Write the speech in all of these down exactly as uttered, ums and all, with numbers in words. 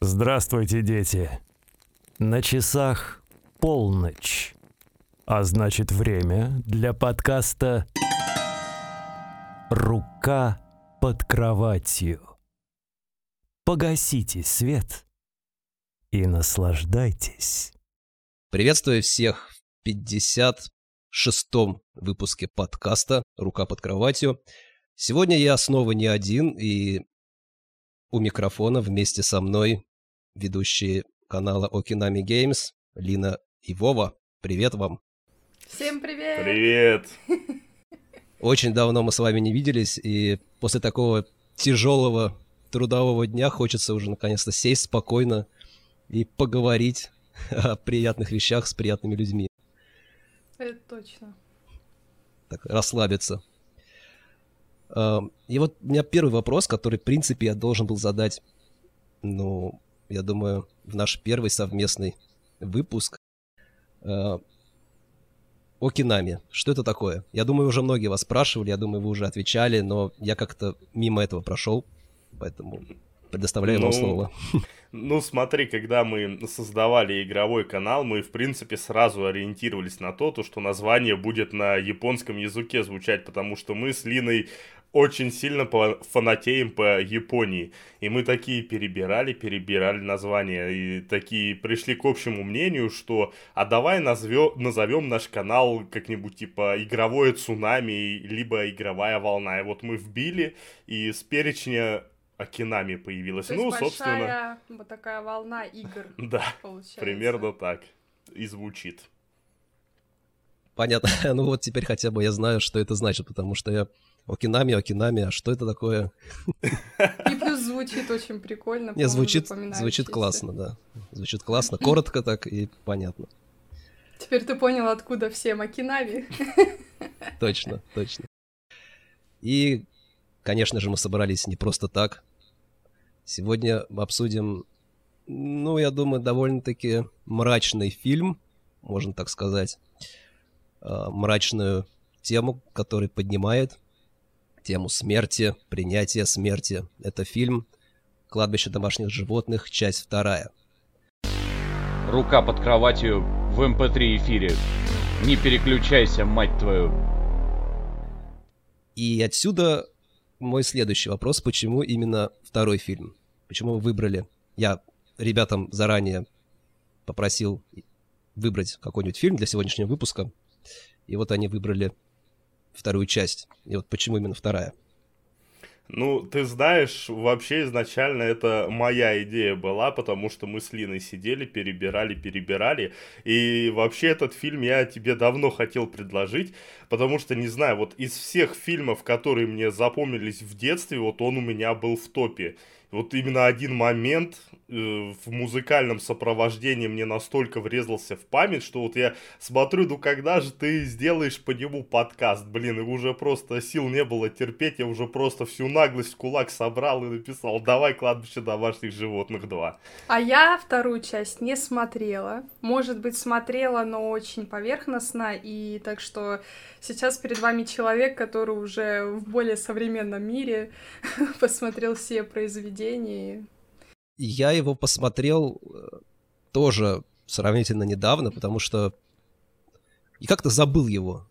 Здравствуйте, дети. На часах полночь, а значит время для подкаста «Рука под кроватью». Погасите свет и наслаждайтесь. Приветствую всех в пятьдесят шестом выпуске подкаста «Рука под кроватью». Сегодня я снова не один, и у микрофона вместе со мной ведущие канала Okинами Games Лина и Вова. Привет вам. Всем привет! Привет! Очень давно мы с вами не виделись, и после такого тяжелого трудового дня хочется уже наконец-то сесть спокойно и поговорить о приятных вещах с приятными людьми. Это точно. Так, расслабиться. И вот у меня первый вопрос, который, в принципе, я должен был задать, ну, я думаю, в наш первый совместный выпуск. Окинами. Что это такое? Я думаю, уже многие вас спрашивали, я думаю, вы уже отвечали, но я как-то мимо этого прошел, поэтому предоставляю вам ну, слово. Ну, смотри, когда мы создавали игровой канал, мы, в принципе, сразу ориентировались на то, то, что название будет на японском языке звучать, потому что мы с Линой очень сильно фанатеем по Японии. И мы такие перебирали, перебирали названия, и такие пришли к общему мнению, что а давай назовем, назовем наш канал как-нибудь типа «Игровое цунами», либо «Игровая волна». И вот мы вбили, и с перечня Окинами появилась. То ну, есть собственно, большая вот такая волна игр. Да, получается. Примерно так и звучит. Понятно. Ну вот теперь хотя бы я знаю, что это значит, потому что я Окинами, Окинами, а что это такое? И плюс звучит очень прикольно. Не, звучит, звучит классно, да. Звучит классно, коротко так и понятно. Теперь ты понял, откуда все Окинами. Точно, точно. И, конечно же, мы собрались не просто так. Сегодня мы обсудим, ну, я думаю, довольно-таки мрачный фильм, можно так сказать. Мрачную тему, который поднимает тему смерти, принятия смерти. Это фильм «Кладбище домашних животных», часть вторая. Рука под кроватью в эм пэ три эфире. Не переключайся, мать твою. И отсюда мой следующий вопрос. Почему именно второй фильм? Почему вы выбрали? Я ребятам заранее попросил выбрать какой-нибудь фильм для сегодняшнего выпуска. И вот они выбрали вторую часть. И вот почему именно вторая? Ну, ты знаешь, вообще изначально это моя идея была, потому что мы с Линой сидели, перебирали, перебирали, и вообще этот фильм я тебе давно хотел предложить, потому что, не знаю, вот из всех фильмов, которые мне запомнились в детстве, вот он у меня был в топе. Вот именно один момент э, в музыкальном сопровождении мне настолько врезался в память, что вот я смотрю, ну когда же ты сделаешь по нему подкаст, блин, и уже просто сил не было терпеть, я уже просто всю наглость в кулак собрал и написал: давай «Кладбище домашних животных два». А я вторую часть не смотрела. Может быть, смотрела, но очень поверхностно, и так что сейчас перед вами человек, который уже в более современном мире посмотрел все произведения. Я его посмотрел тоже сравнительно недавно, потому что и как-то забыл его.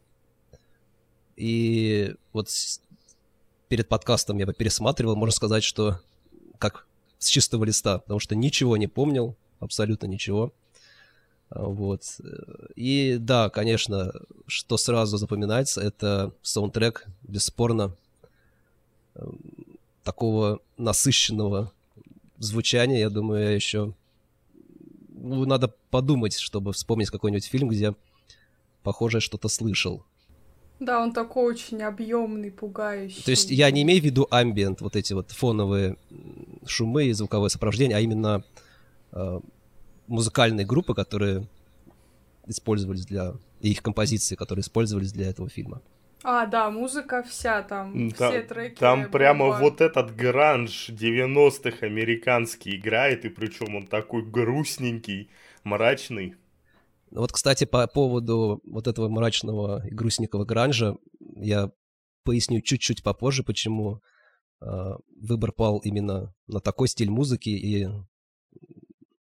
И вот перед подкастом я бы пересматривал, можно сказать, что как с чистого листа, потому что ничего не помнил, абсолютно ничего. Вот. И да, конечно, что сразу запоминается, это саундтрек, бесспорно, такого насыщенного звучания, я думаю, я еще... Ну, надо подумать, чтобы вспомнить какой-нибудь фильм, где похожее что-то слышал. Да, он такой очень объемный, пугающий. То есть я не имею в виду амбиент, вот эти вот фоновые шумы и звуковое сопровождение, а именно э, музыкальные группы, которые использовались для... и их композиции, которые использовались для этого фильма. А, да, музыка вся там, там все треки. Там прямо бомба. вот этот гранж девяностых американский играет, и причем он такой грустненький, мрачный. Вот, кстати, по поводу вот этого мрачного и грустненького гранжа я поясню чуть-чуть попозже, почему э, выбор пал именно на такой стиль музыки и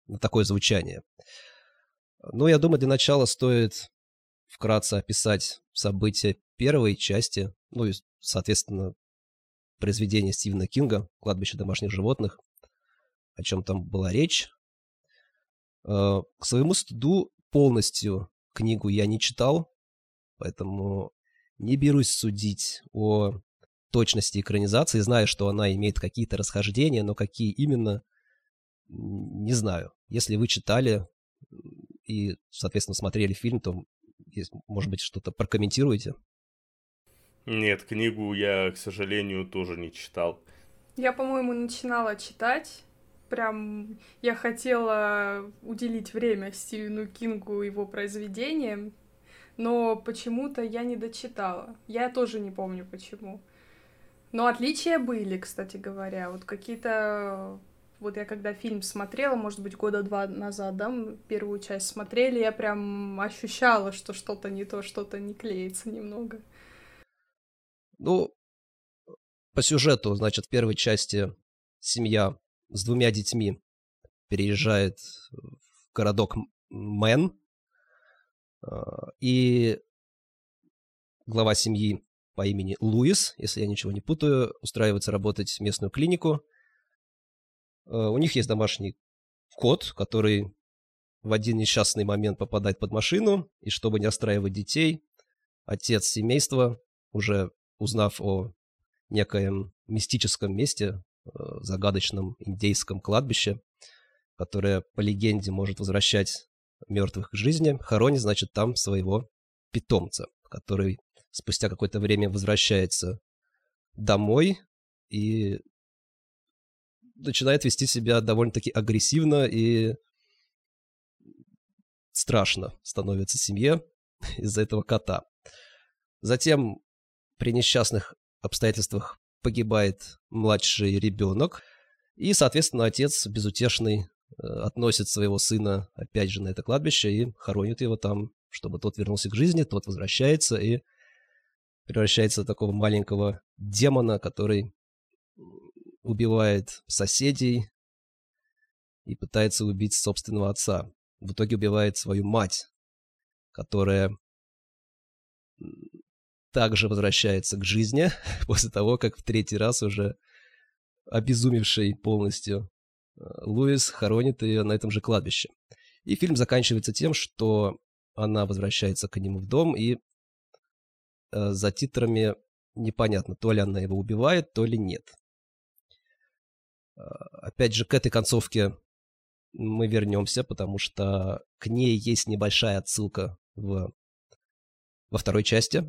на такое звучание. Но я думаю, для начала стоит вкратце описать события первой части, ну и, соответственно, произведение Стивена Кинга «Кладбище домашних животных», о чем там была речь. К своему стыду полностью книгу я не читал, поэтому не берусь судить о точности экранизации, зная, что она имеет какие-то расхождения, но какие именно, не знаю. Если вы читали и, соответственно, смотрели фильм, то, может быть, что-то прокомментируете? Нет, книгу я, к сожалению, тоже не читал. Я, по-моему, начинала читать. Прям я хотела уделить время Стивену Кингу и его произведениям, но почему-то я не дочитала. Я тоже не помню, почему. Но отличия были, кстати говоря. Вот какие-то... Вот я когда фильм смотрела, может быть, года два назад, да, мы первую часть смотрели, я прям ощущала, что что-то не то, что-то не клеится немного. Ну, по сюжету, значит, в первой части семья с двумя детьми переезжает в городок Мэн, и глава семьи по имени Луис, если я ничего не путаю, устраивается работать в местную клинику. У них есть домашний кот, который в один несчастный момент попадает под машину, и чтобы не расстраивать детей, отец семейства, уже узнав о некоем мистическом месте, загадочном индейском кладбище, которое, по легенде, может возвращать мертвых к жизни, хоронит, значит, там своего питомца, который спустя какое-то время возвращается домой и начинает вести себя довольно-таки агрессивно, и страшно становится семье из-за этого кота. Затем при несчастных обстоятельствах погибает младший ребенок, и, соответственно, отец безутешный относит своего сына опять же на это кладбище и хоронит его там, чтобы тот вернулся к жизни. Тот возвращается и превращается в такого маленького демона, который убивает соседей и пытается убить собственного отца. В итоге убивает свою мать, которая также возвращается к жизни после того, как в третий раз уже обезумевший полностью Луис хоронит ее на этом же кладбище. И фильм заканчивается тем, что она возвращается к нему в дом, и э, за титрами непонятно, то ли она его убивает, то ли нет. Э, опять же, к этой концовке мы вернемся, потому что к ней есть небольшая отсылка в, во второй части.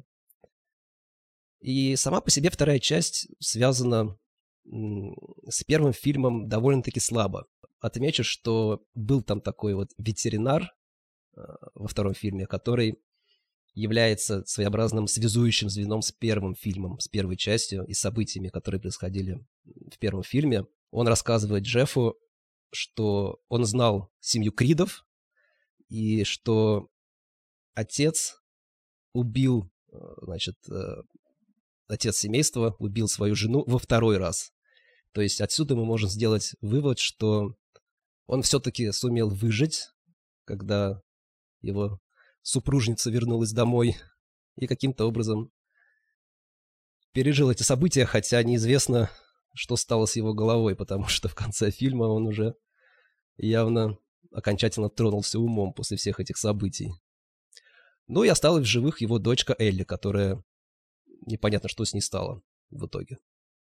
И сама по себе вторая часть связана с первым фильмом довольно-таки слабо. Отмечу, что был там такой вот ветеринар э, во втором фильме, который является своеобразным связующим звеном с первым фильмом, с первой частью и событиями, которые происходили в первом фильме. Он рассказывает Джеффу, что он знал семью Кридов, и что отец убил, значит, э, отец семейства убил свою жену во второй раз. То есть отсюда мы можем сделать вывод, что он все-таки сумел выжить, когда его супружница вернулась домой, и каким-то образом пережил эти события, хотя неизвестно, что стало с его головой, потому что в конце фильма он уже явно окончательно тронулся умом после всех этих событий. Ну и осталась в живых его дочка Элли, которая непонятно, что с ней стало в итоге.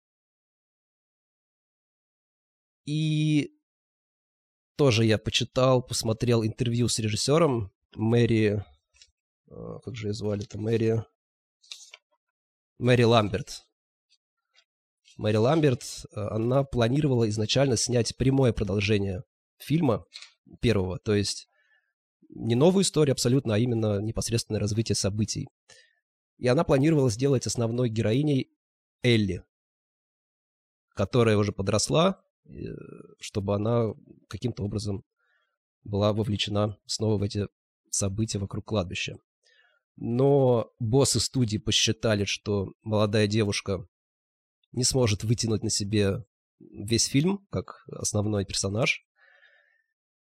И тоже я почитал, посмотрел интервью с режиссером Мэри... Как же ее звали-то? Мэри... Мэри Ламберт. Мэри Ламберт, она планировала изначально снять прямое продолжение фильма первого, то есть не новую историю абсолютно, а именно непосредственное развитие событий. И она планировала сделать основной героиней Элли, которая уже подросла, чтобы она каким-то образом была вовлечена снова в эти события вокруг кладбища. Но боссы студии посчитали, что молодая девушка не сможет вытянуть на себе весь фильм как основной персонаж.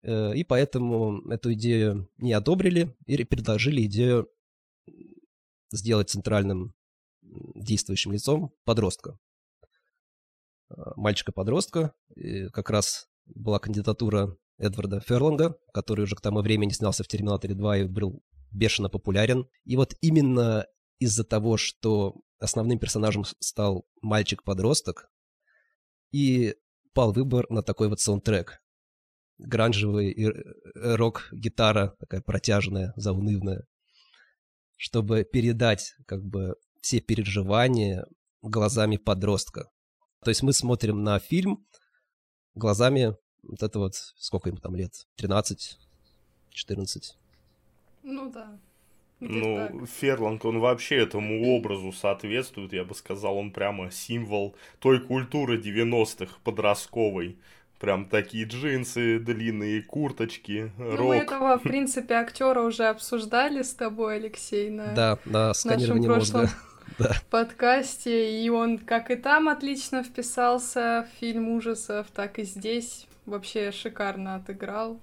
И поэтому эту идею не одобрили и предложили идею сделать центральным действующим лицом подростка. Мальчика-подростка. И как раз была кандидатура Эдварда Ферланга, который уже к тому времени снялся в «Терминаторе два» и был бешено популярен. И вот именно из-за того, что основным персонажем стал мальчик-подросток, и пал выбор на такой вот саундтрек. Гранжевый и рок-гитара, такая протяжная, заунывная, чтобы передать как бы все переживания глазами подростка. То есть мы смотрим на фильм глазами вот это вот, сколько ему там лет, тринадцать, четырнадцать. Ну да. Ну, так. Ферланг, он вообще этому образу соответствует, я бы сказал, он прямо символ той культуры девяностых подростковой. Прям такие джинсы, длинные курточки, Ну, рок. мы этого, в принципе, актера уже обсуждали с тобой, Алексей, на Да, на нашем сканировании прошлом мозга. Да. подкасте. И он как и там отлично вписался в фильм ужасов, так и здесь вообще шикарно отыграл.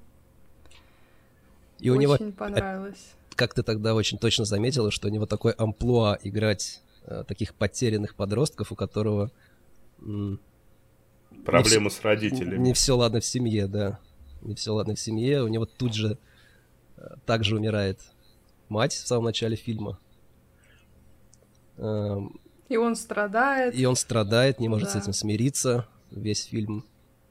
И у него, Очень понравилось. как ты тогда очень точно заметила, что у него такой амплуа играть э, таких потерянных подростков, у которого... М- Проблемы не с родителями. Не все ладно в семье, да. Не все ладно в семье. У него тут же э, также умирает мать в самом начале фильма. Эм, И он страдает. И он страдает, не может Да. с этим смириться весь фильм.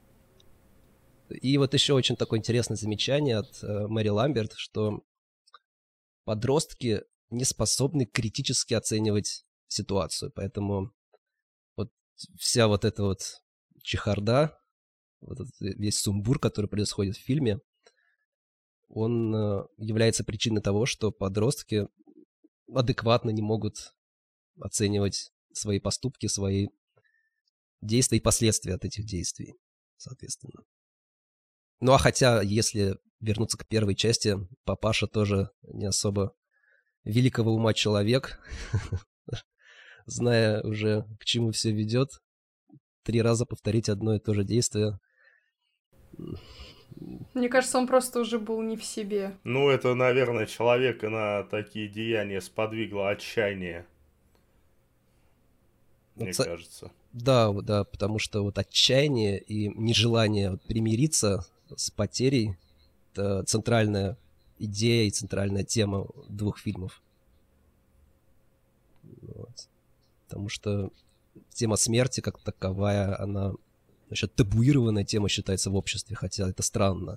И вот еще очень такое интересное замечание от э, Мэри Ламберт, что подростки не способны критически оценивать ситуацию. Поэтому вот вся вот эта вот чехарда, вот этот весь сумбур, который происходит в фильме, он э, является причиной того, что подростки адекватно не могут оценивать свои поступки, свои действия и последствия от этих действий, соответственно. Ну а хотя, если вернуться к первой части, папаша тоже не особо великого ума человек, зная уже, к чему все ведет, три раза повторить одно и то же действие. Мне кажется, он просто уже был не в себе. Ну, это, наверное, человека на такие деяния сподвигло отчаяние, Вот мне ца- кажется. Да, вот, да, потому что вот отчаяние и нежелание вот примириться с потерей — это центральная идея и центральная тема двух фильмов. Вот. Потому что тема смерти как таковая, она еще табуированная тема считается в обществе, хотя это странно.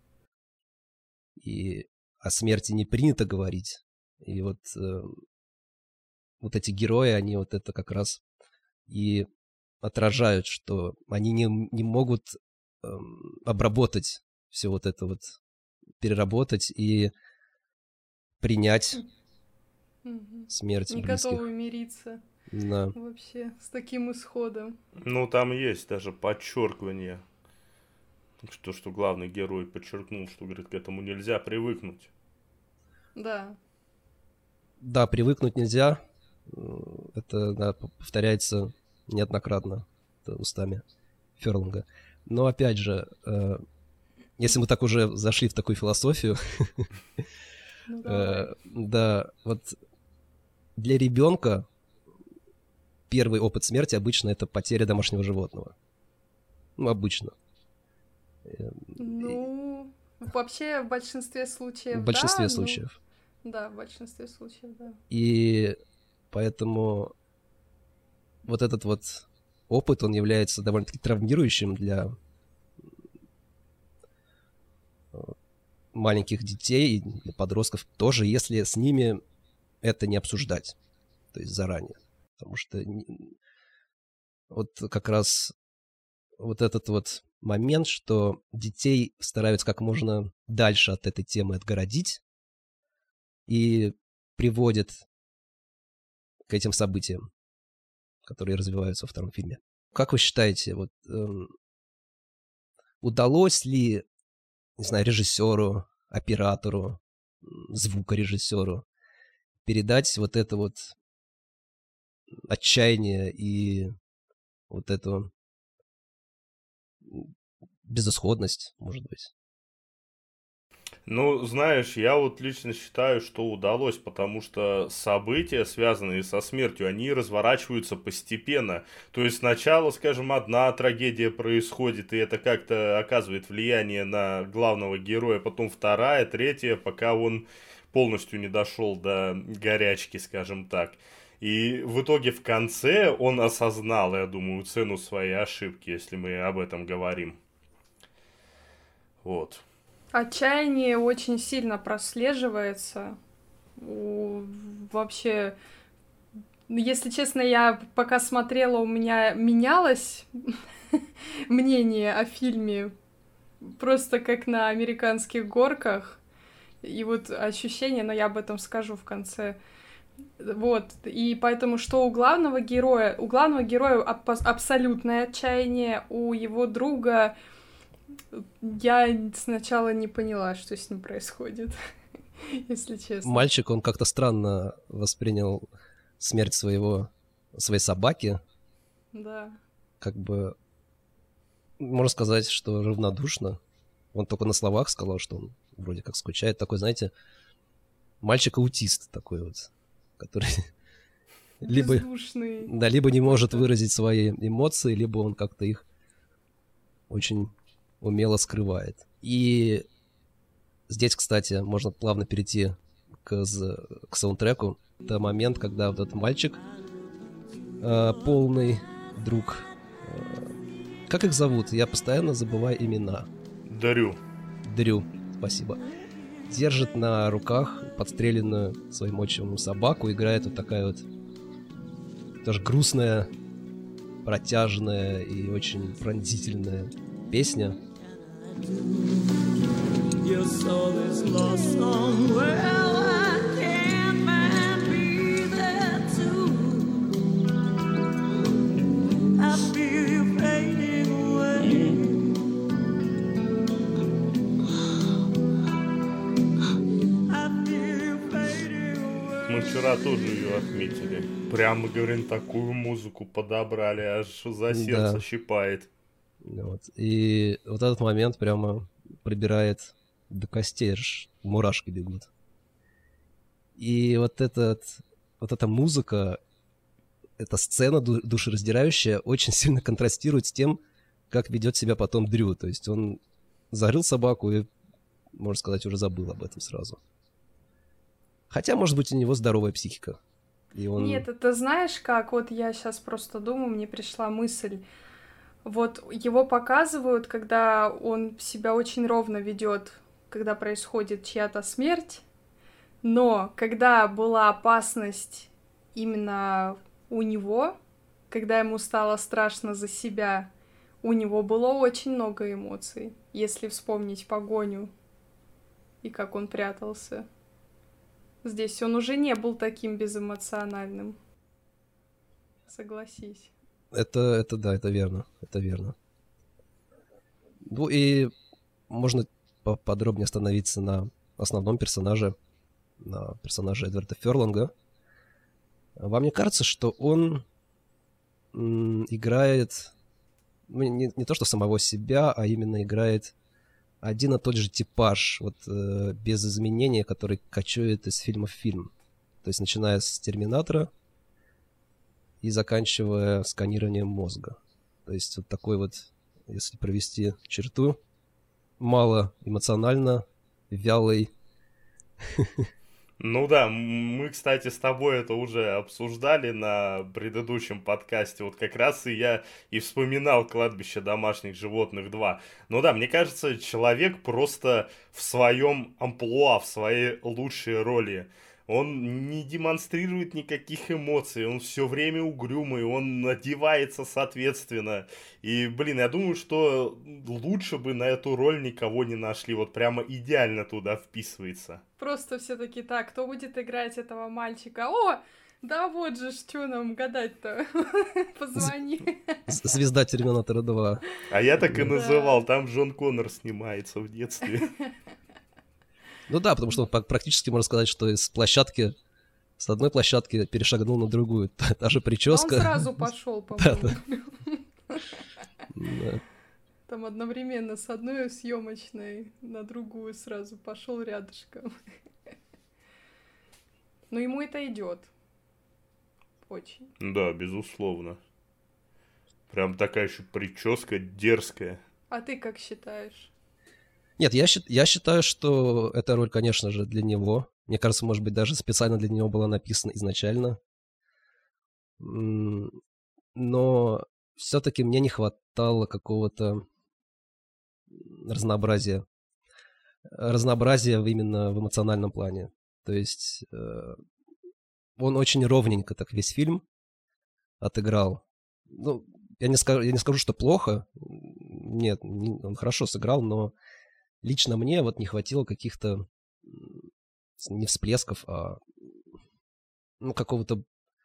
И о смерти не принято говорить. И вот, э, вот эти герои, они вот это как раз и отражают, что они не, не могут эм, обработать все вот это вот, переработать и принять Мгм. смерть Не близких. готовы мириться Да. вообще с таким исходом. Ну, там есть даже подчеркивание, что, что главный герой подчеркнул, что, говорит, к этому нельзя привыкнуть. Да. Да, привыкнуть нельзя. Это да, повторяется неоднократно устами Ферланга. Но опять же, э, если мы так уже зашли в такую философию, Ну, э, давай. да, вот для ребенка первый опыт смерти обычно это потеря домашнего животного. Ну, обычно. Э, Ну, вообще в большинстве случаев, В большинстве да, ну, случаев. да, в большинстве случаев, да. И поэтому вот этот вот опыт, он является довольно-таки травмирующим для маленьких детей и для подростков тоже, если с ними это не обсуждать, то есть заранее. Потому что не- вот как раз вот этот вот момент, что детей стараются как можно дальше от этой темы отгородить и приводит к этим событиям, которые развиваются во втором фильме. Как вы считаете, вот эм, удалось ли, не знаю, режиссеру, оператору, м, звукорежиссеру передать вот это вот отчаяние и вот эту м, безысходность, может быть? Ну, знаешь, я вот лично считаю, что удалось, потому что события, связанные со смертью, они разворачиваются постепенно. То есть сначала, скажем, одна трагедия происходит, и это как-то оказывает влияние на главного героя, потом вторая, третья, пока он полностью не дошел до горячки, скажем так. И в итоге в конце он осознал, я думаю, цену своей ошибки, если мы об этом говорим. Вот. Отчаяние очень сильно прослеживается. У- Вообще, если честно, я пока смотрела, у меня менялось мнение о фильме просто как на американских горках. И вот ощущение, но я об этом скажу в конце. Вот, и поэтому что у главного героя, у главного героя аб- абсолютное отчаяние, у его друга я сначала не поняла, что с ним происходит, если честно. Мальчик, он как-то странно воспринял смерть своего, своей собаки, Да. как бы, можно сказать, что равнодушно. Он только на словах сказал, что он вроде как скучает. Такой, знаете, мальчик-аутист такой вот, который либо, Бездушный. да, либо не может выразить свои эмоции, либо он как-то их очень умело скрывает. И здесь, кстати, можно плавно перейти к, з- к саундтреку. Это момент, когда вот этот мальчик, э, полный друг, э, как их зовут? Я постоянно забываю имена. Дрю. Дрю, спасибо. Держит на руках подстреленную своим отчимом собаку, играет вот такая вот тоже грустная, протяжная и очень пронзительная песня. Your soul is lost somewhere. I can't find me there too. I feel you fading away. I feel you fading away. Мы вчера тоже ее отметили. Прямо, говорим, такую музыку подобрали, аж за сердце Да. щипает. Вот. И вот этот момент прямо пробирает до костей, аж мурашки бегут. И вот, этот, вот эта музыка, эта сцена ду- душераздирающая очень сильно контрастирует с тем, как ведет себя потом Дрю. То есть он зарыл собаку и, можно сказать, уже забыл об этом сразу. Хотя, может быть, у него здоровая психика. И он... Нет, это знаешь как? Вот я сейчас просто думаю, мне пришла мысль. Вот его показывают, когда он себя очень ровно ведет, когда происходит чья-то смерть, но когда была опасность именно у него, когда ему стало страшно за себя, у него было очень много эмоций, если вспомнить погоню и как он прятался. Здесь он уже не был таким безэмоциональным. Согласись. Это, это да, это верно, это верно. Ну и можно поподробнее остановиться на основном персонаже, на персонаже Эдварда Ферланга. Вам не кажется, что он м, играет ну, не, не то что самого себя, а именно играет один и тот же типаж, вот э, без изменения, который кочует из фильма в фильм. То есть начиная с «Терминатора» и заканчивая сканированием мозга. То есть вот такой вот, если провести черту, мало эмоционально, вялый. Ну да, м- мы, кстати, с тобой это уже обсуждали на предыдущем подкасте. Вот как раз и я и вспоминал «Кладбище домашних животных два». Ну да, мне кажется, человек просто в своем амплуа, в своей лучшей роли. Он не демонстрирует никаких эмоций, он все время угрюмый, он одевается соответственно. И, блин, я думаю, что лучше бы на эту роль никого не нашли. Вот прямо идеально туда вписывается. Просто все таки так, кто будет играть этого мальчика? О, да вот же, что нам гадать-то? Позвони. З- Звезда Терминатора два. А я так и Да. называл, там Джон Коннор снимается в детстве. Ну да, потому что он пак- практически можно сказать, что из площадки, с одной площадки перешагнул на другую. Та, та же А он прическа. сразу пошел, по-моему. Да. Там одновременно с одной съемочной на другую сразу пошел рядышком. Но ему это идет. Очень. Да, безусловно. Прям такая еще прическа дерзкая. А ты как считаешь? Нет, я, счит- я считаю, что эта роль, конечно же, для него. Мне кажется, может быть, даже специально для него была написана изначально. М, Но все-таки мне не хватало какого-то разнообразия. Разнообразия именно в эмоциональном плане. То есть э, он очень ровненько так весь фильм отыграл. Ну, я не скажу, я не скажу, что плохо. Нет, не- он хорошо сыграл, но лично мне вот не хватило каких-то м, не всплесков, а ну, какого-то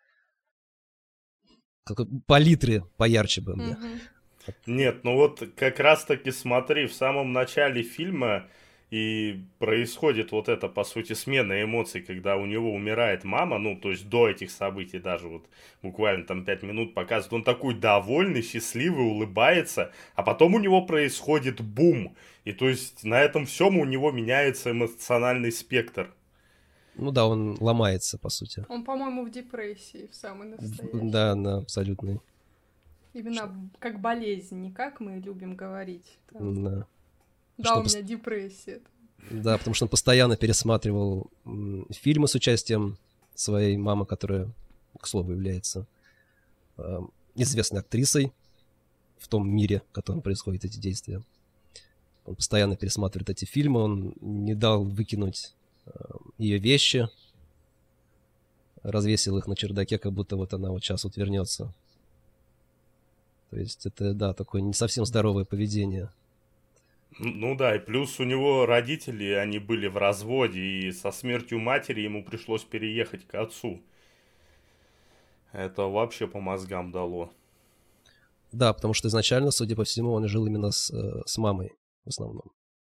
какой- палитры поярче бы мне. Мгм. Нет, ну вот как раз-таки смотри, в самом начале фильма и происходит вот это, по сути, смена эмоций, когда у него умирает мама, ну, то есть до этих событий даже вот буквально там пять минут показывают, он такой довольный, счастливый, улыбается, а потом у него происходит бум, и то есть на этом всем у него меняется эмоциональный спектр. Ну да, он ломается, по сути. Он, по-моему, в депрессии, в самой В- настоящей. Да, на абсолютный. Именно б- как болезнь, не как мы любим говорить. Там, Да. да, Что у пос- меня депрессия. Да, потому что он постоянно пересматривал м, фильмы с участием своей мамы, которая, к слову, является э, известной актрисой в том мире, в котором происходят эти действия. Он постоянно пересматривает эти фильмы, он не дал выкинуть э, ее вещи, развесил их на чердаке, как будто вот она вот сейчас вот вернется. То есть это, да, такое не совсем здоровое поведение. Ну да, и плюс у него родители, они были в разводе, и со смертью матери ему пришлось переехать к отцу. Это вообще по мозгам дало. Да, потому что изначально, судя по всему, он жил именно с, э, с мамой в основном.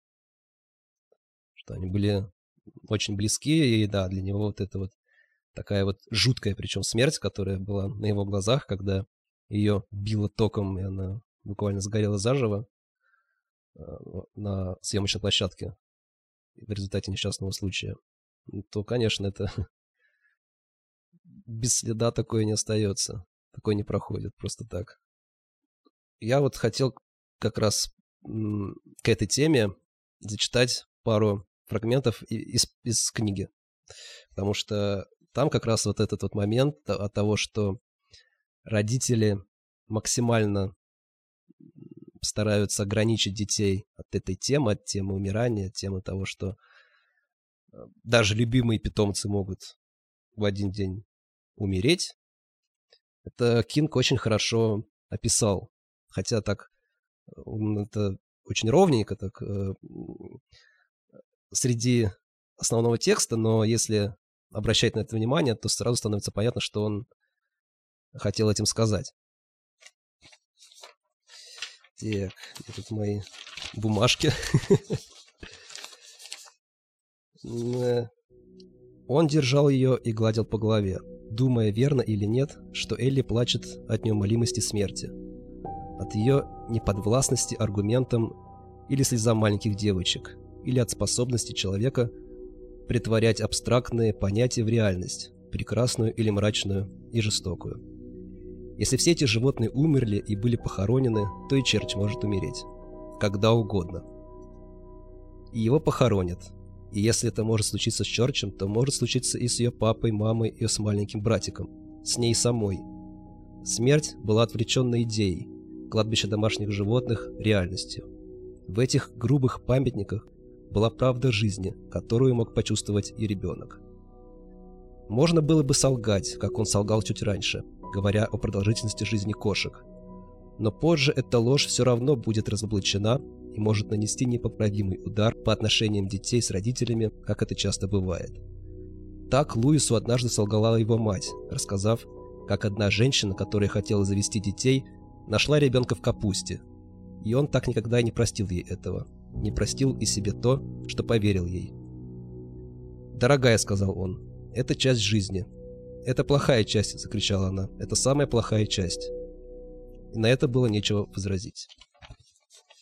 Что они были очень близки, и да, для него вот это вот такая вот жуткая, причем смерть, которая была на его глазах, когда ее било током, и она буквально сгорела заживо э, на съемочной площадке в результате несчастного случая, то, конечно, это без следа такое не остается. Такое не проходит просто так. Я вот хотел как раз м, к этой теме зачитать пару фрагментов и- из, из книги. Потому что там как раз вот этот вот момент то- от того, что родители максимально стараются ограничить детей от этой темы, от темы умирания, от темы того, что э, даже любимые питомцы могут в один день умереть. Это Кинг очень хорошо описал. Хотя так он это очень ровненько так э, м, среди основного текста, но если обращать на это внимание, то сразу становится понятно, что он хотел этим сказать. Так, где тут мои бумажки? Э, Он держал ее и гладил по голове, думая, верно или нет, что Элли плачет от неумолимости смерти, от ее неподвластности аргументам или слезам маленьких девочек, или от способности человека претворять абстрактные понятия в реальность, прекрасную или мрачную и жестокую. Если все эти животные умерли и были похоронены, то и червь может умереть. Когда угодно. И его похоронят. И если это может случиться с Чорчем, то может случиться и с ее папой, мамой, и с маленьким братиком. С ней самой. Смерть была отвлеченной идеей, кладбище домашних животных – реальностью. В этих грубых памятниках была правда жизни, которую мог почувствовать и ребенок. Можно было бы солгать, как он солгал чуть раньше, говоря о продолжительности жизни кошек. Но позже эта ложь все равно будет разоблачена и может нанести непоправимый удар по отношениям детей с родителями, как это часто бывает. Так Луису однажды солгала его мать, рассказав, как одна женщина, которая хотела завести детей, нашла ребенка в капусте. И он так никогда и не простил ей этого. Не простил и себе то, что поверил ей. «Дорогая», — сказал он, — «это часть жизни». «Это плохая часть», — закричала она. «Это самая плохая часть». И на это было нечего возразить.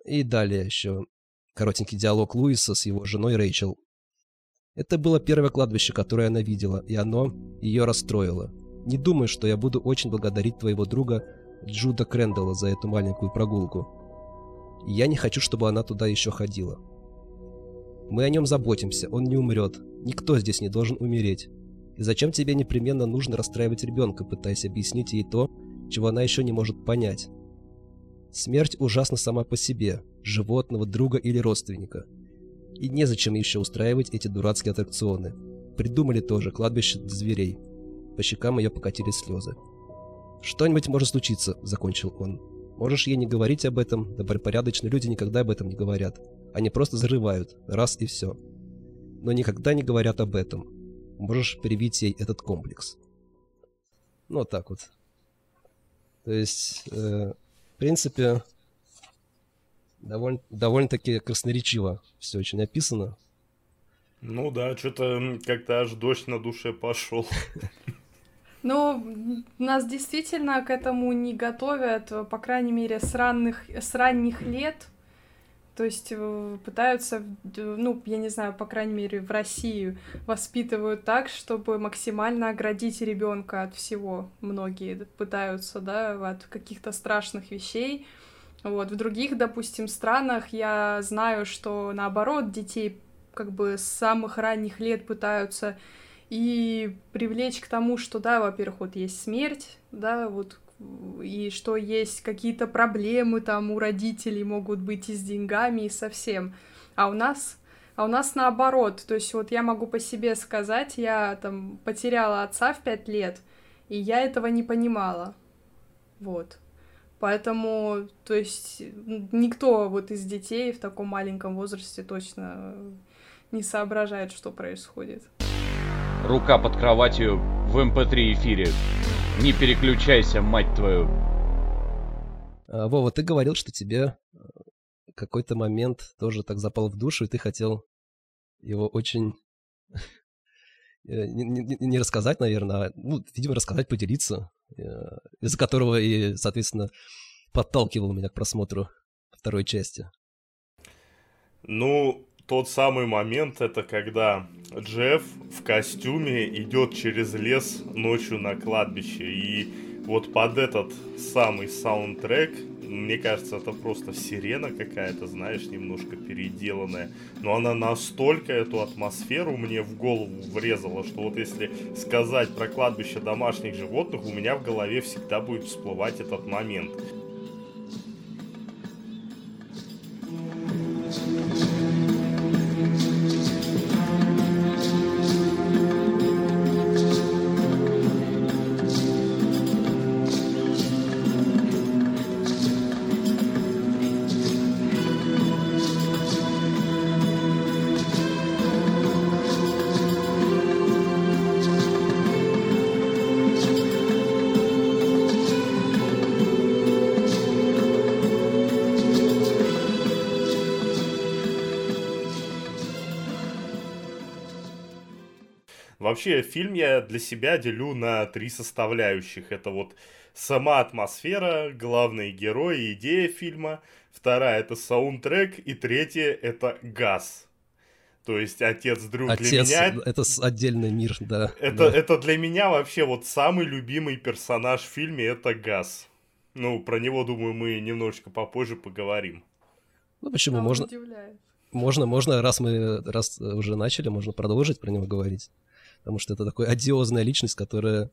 И далее еще коротенький диалог Луиса с его женой Рэйчел. Это было первое кладбище, которое она видела, и оно ее расстроило. Не думаю, что я буду очень благодарить твоего друга Джуда Крэндалла за эту маленькую прогулку. Я не хочу, чтобы она туда еще ходила. Мы о нем заботимся, он не умрет. Никто здесь не должен умереть. И зачем тебе непременно нужно расстраивать ребенка, пытаясь объяснить ей то, чего она еще не может понять? Смерть ужасна сама по себе, животного, друга или родственника. И незачем еще устраивать эти дурацкие аттракционы. Придумали тоже кладбище для зверей. По щекам ее покатились слезы. «Что-нибудь может случиться», — закончил он. «Можешь ей не говорить об этом, добропорядочные люди никогда об этом не говорят. Они просто зарывают, раз и все. Но никогда не говорят об этом. Можешь привить ей этот комплекс». Ну, вот так вот. То есть, э, в принципе, довольно, довольно-таки красноречиво все очень описано. Ну да, что-то как-то аж дождь на душе пошел. Ну, нас действительно к этому не готовят, по крайней мере, с ранних, с ранних лет. То есть пытаются, ну, я не знаю, по крайней мере, в России воспитывают так, чтобы максимально оградить ребенка от всего. Многие пытаются, да, от каких-то страшных вещей. Вот. В других, допустим, странах я знаю, что наоборот, детей как бы с самых ранних лет пытаются и привлечь к тому, что, да, во-первых, вот есть смерть, да, вот, и что есть какие-то проблемы там у родителей могут быть и с деньгами, и со всем. А у нас, а у нас наоборот, то есть вот я могу по себе сказать, я там потеряла отца в пять лет, и я этого не понимала, вот. Поэтому, то есть, никто вот из детей в таком маленьком возрасте точно не соображает, что происходит. Рука под кроватью в эм пэ три эфире. Не переключайся, мать твою. А, Вова, ты говорил, что тебе какой-то момент тоже так запал в душу, и ты хотел его очень не, не- не рассказать, наверное, а, ну, видимо, рассказать, поделиться, э, из-за которого и, соответственно, подталкивал меня к просмотру второй части. Ну, тот самый момент, это когда Джефф в костюме идет через лес ночью на кладбище. И вот под этот самый саундтрек, мне кажется, это просто сирена какая-то, знаешь, немножко переделанная. Но она настолько эту атмосферу мне в голову врезала, что вот если сказать про кладбище домашних животных, у меня в голове всегда будет всплывать этот момент. Вообще, фильм я для себя делю на три составляющих. Это вот сама атмосфера, главные герои, идея фильма. Вторая — это саундтрек. И третья — это газ. То есть отец Дрю для Отец, меня... это с- отдельный мир, да. Это, да. это для меня вообще вот самый любимый персонаж в фильме — это Газ. Ну, про него, думаю, мы немножечко попозже поговорим. Ну почему? Да, он Можно, удивляет. можно, можно, раз мы раз уже начали, можно продолжить про него говорить. Потому что это такая одиозная личность, которая,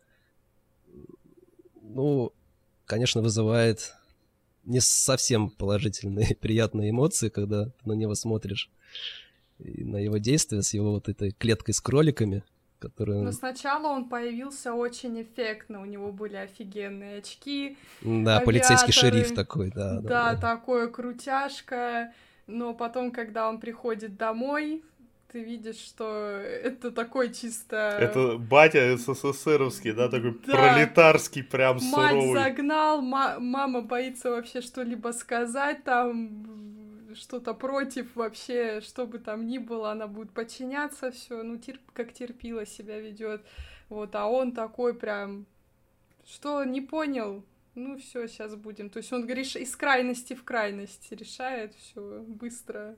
ну, конечно, вызывает не совсем положительные, приятные эмоции, когда ты на него смотришь. И на его действия с его вот этой клеткой с кроликами, которая... Но сначала он появился очень эффектно, у него были офигенные очки. Да, полицейский авиаторы. шериф такой, да. Да, такое крутяшка. Но потом, когда он приходит домой, ты видишь, что это такой чисто... Это батя СССРовский, да, такой Да. пролетарский, прям Мать суровый. загнал, ма- мама боится вообще что-либо сказать, там что-то против вообще, что бы там ни было, она будет подчиняться, все, ну, терп- как терпила себя ведет. Вот, а он такой прям, что, не понял? ну все, сейчас будем. То есть он, говоришь, из крайности в крайность решает все быстро.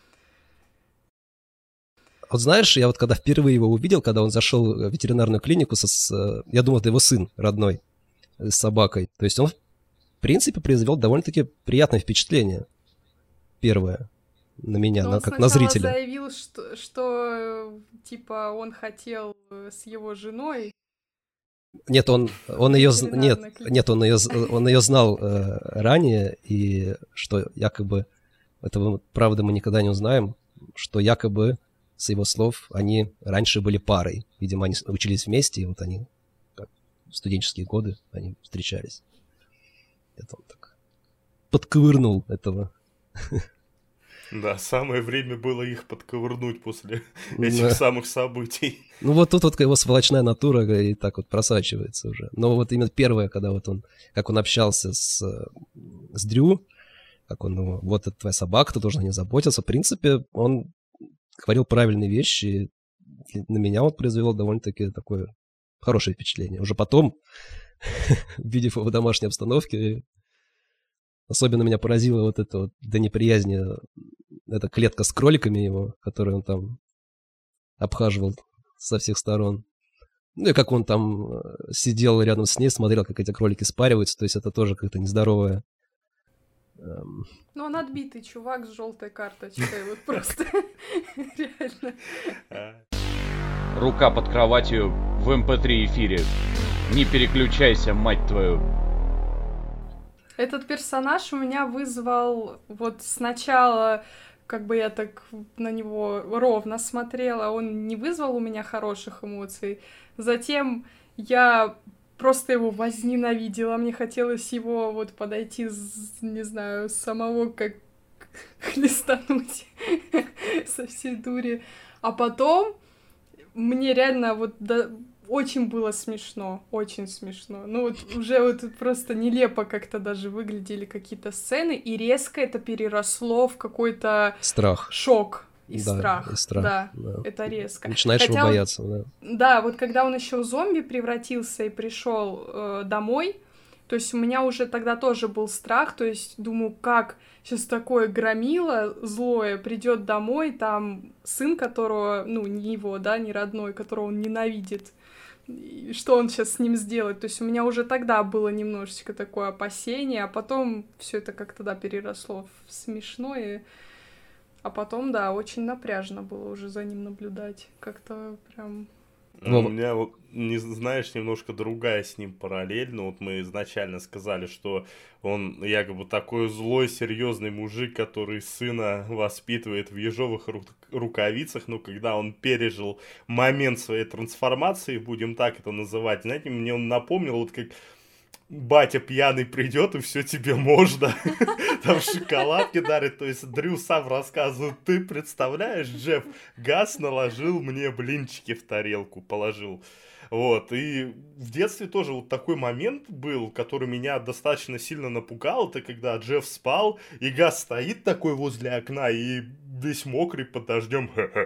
Вот знаешь, я вот когда впервые его увидел, когда он зашел в ветеринарную клинику, со, с, я думал, это его сын родной с собакой. То есть он, в принципе, произвел довольно-таки приятное впечатление. Первое на меня, на, как на зрителя. Он заявил, что, что типа он хотел с его женой. Нет, он, он ее, нет, нет, он ее, он ее знал э, ранее, и что якобы, этого правда мы никогда не узнаем, что якобы, с его слов, они раньше были парой. Видимо, они учились вместе, и вот они, как в студенческие годы, они встречались. Это он так подковырнул этого. Да, самое время было их подковырнуть после этих Да. самых событий. Ну вот тут вот его сволочная натура и так вот просачивается уже. Но вот именно первое, когда вот он, как он общался с, с Дрю, как он, ну, вот это твоя собака, ты должен о ней заботиться. В принципе, он говорил правильные вещи, и на меня он произвел довольно-таки такое хорошее впечатление. Уже потом, видев его в домашней обстановке, особенно меня поразило вот это вот до неприязни, эта клетка с кроликами его, которую он там обхаживал со всех сторон. Ну и как он там сидел рядом с ней, смотрел, как эти кролики спариваются, то есть это тоже как-то нездоровое. Эм... Ну, он отбитый чувак с желтой карточкой, вот просто реально. Рука под кроватью в эм пэ три эфире. Не переключайся, мать твою. Этот персонаж у меня вызвал вот сначала, как бы я так на него ровно смотрела, он не вызвал у меня хороших эмоций. Затем я просто его возненавидела, мне хотелось его вот подойти, не знаю, самого как хлестануть со всей дури. А потом мне реально вот до... очень было смешно, очень смешно. Ну вот уже вот просто нелепо как-то даже выглядели какие-то сцены, и резко это переросло в какой-то Страх. шок и Да, страх. и страх, Да, да. это резко. Начинаешь Хотя его вот- бояться, да. Да, вот когда он еще в зомби превратился и пришел э, домой, то есть у меня уже тогда тоже был страх, то есть думаю, как сейчас такое громило злое придет домой, там сын, которого, ну, не его, да, не родной, которого он ненавидит, и что он сейчас с ним сделает. То есть у меня уже тогда было немножечко такое опасение, а потом все это как-то, да, переросло в смешное. А потом, да, очень напряжно было уже за ним наблюдать. Как-то прям... Ну, Вова. у меня, вот, не знаешь, немножко другая с ним параллель. Ну, вот мы изначально сказали, что он якобы такой злой, серьезный мужик, который сына воспитывает в ежовых ру- рукавицах. Но когда он пережил момент своей трансформации, будем так это называть, знаете, мне он напомнил, вот как батя пьяный придет, и все тебе можно. Там шоколадки дарит. То есть Дрю сам рассказывает, ты представляешь, Джефф, Газ наложил мне блинчики в тарелку, положил. Вот, и в детстве тоже вот такой момент был, который меня достаточно сильно напугал, это когда Джефф спал, и Газ стоит такой возле окна, и весь мокрый под дождем.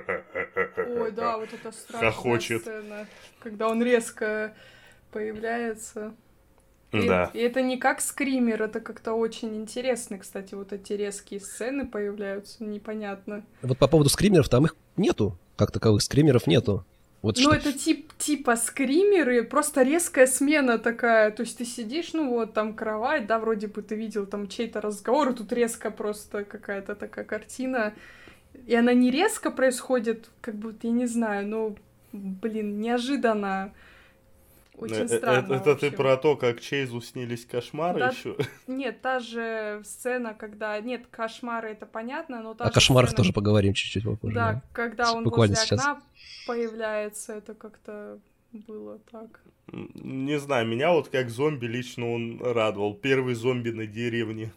Ой, да, вот это страшная Хохочет. сцена, когда он резко появляется. И, Да. и это не как скример, это как-то очень интересно, кстати, вот эти резкие сцены появляются, непонятно. Вот по поводу скримеров, там их нету, как таковых скримеров нету. Вот Ну, что... это тип, типа скримеры, просто резкая смена такая, то есть ты сидишь, ну вот, там кровать, да, вроде бы ты видел там чей-то разговор, и тут резко просто какая-то такая картина, и она не резко происходит, как будто, я не знаю, ну, блин, неожиданно. Очень Э, э, странно. Это в ты общем. про то, как Чейзу снились кошмары Да. еще? Нет, та же сцена, когда... Нет, кошмары, это понятно, но та О же кошмарах сцена, тоже поговорим чуть-чуть попозже. Да, когда он Буквально возле сейчас. окна появляется, это как-то было так. М, Не знаю, меня вот как зомби лично он радовал. Первый зомби на деревне.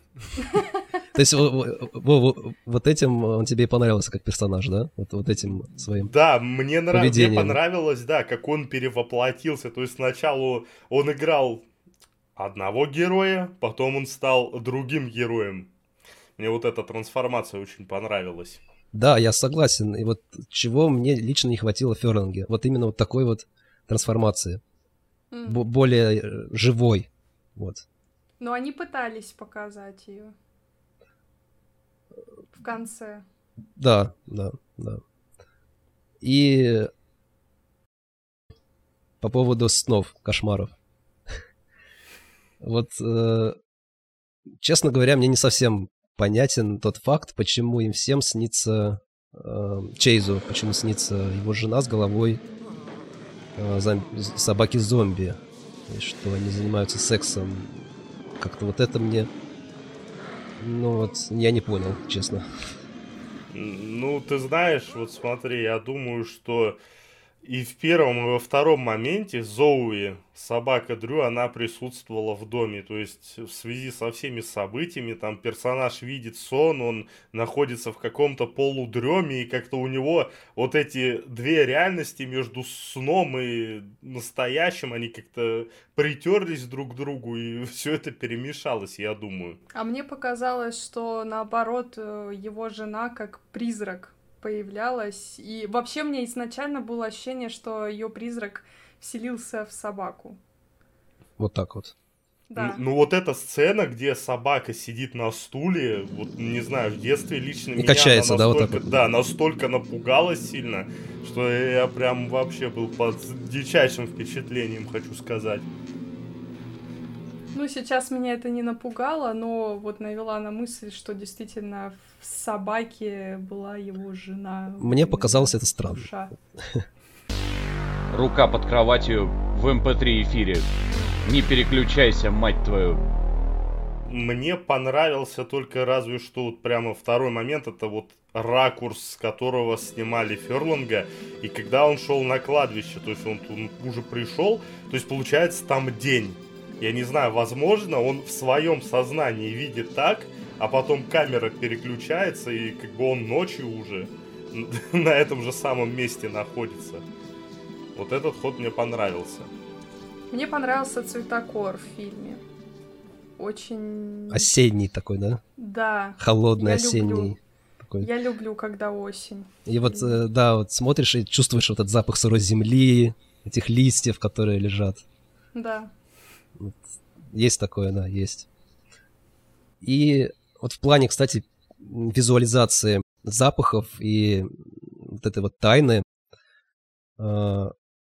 То есть во- во- во- вот этим он тебе и понравился как персонаж, да? Вот, вот этим своим... Да, мне, нрав... мне Поведением. понравилось, да, как он перевоплотился. То есть сначала он играл одного героя, потом он стал другим героем. Мне вот эта трансформация очень понравилась. Да, я согласен. И вот чего мне лично не хватило в Ферлинге. Вот именно вот такой вот трансформации. М. Бо- более э, живой. Вот. Но они пытались показать ее в конце. Да, да, да. И по поводу снов, кошмаров. Вот, э, честно говоря, мне не совсем понятен тот факт, почему им всем снится э, Чейзу, почему снится его жена с головой э, зом- собаки-зомби, и что они занимаются сексом. Как-то вот это мне... Ну вот, я не понял, честно. Ну, ты знаешь, вот смотри, я думаю, что и в первом, и во втором моменте Зоуи, собака Дрю, она присутствовала в доме. То есть в связи со всеми событиями, там персонаж видит сон, он находится в каком-то полудреме, и как-то у него вот эти две реальности между сном и настоящим, они как-то притерлись друг к другу, и все это перемешалось, я думаю. А мне показалось, что наоборот, э, его жена как призрак появлялась. И вообще мне изначально было ощущение, что ее призрак вселился в собаку. Вот так вот. Да. Ну, ну вот эта сцена, где собака сидит на стуле, вот не знаю, в детстве лично И меня качается, она да, вот настолько, так вот. да, настолько напугала сильно, что я прям вообще был под дичайшим впечатлением, хочу сказать. Ну, сейчас меня это не напугало, но вот навела на мысль, что действительно в собаке была его жена. Мне именно показалось это странно. душа. Рука под кроватью в эм пэ три эфире. Не переключайся, мать твою. Мне понравился только разве что вот прямо второй момент, это вот ракурс, с которого снимали Ферлинга, и когда он шел на кладбище, то есть он, он уже пришел, то есть получается там день. Я не знаю, возможно, он в своем сознании видит так, а потом камера переключается, и как бы он ночью уже на этом же самом месте находится. Вот этот ход мне понравился. Мне понравился цветокор в фильме. Очень... Осенний такой, да? Да. Холодный, Я осенний. люблю. Такой. Я люблю, когда осень. И вот, э, да, вот смотришь и чувствуешь вот этот запах сырой земли, этих листьев, которые лежат. Да. Есть такое, да, есть. И вот в плане, кстати, визуализации запахов и вот этой вот тайны, э,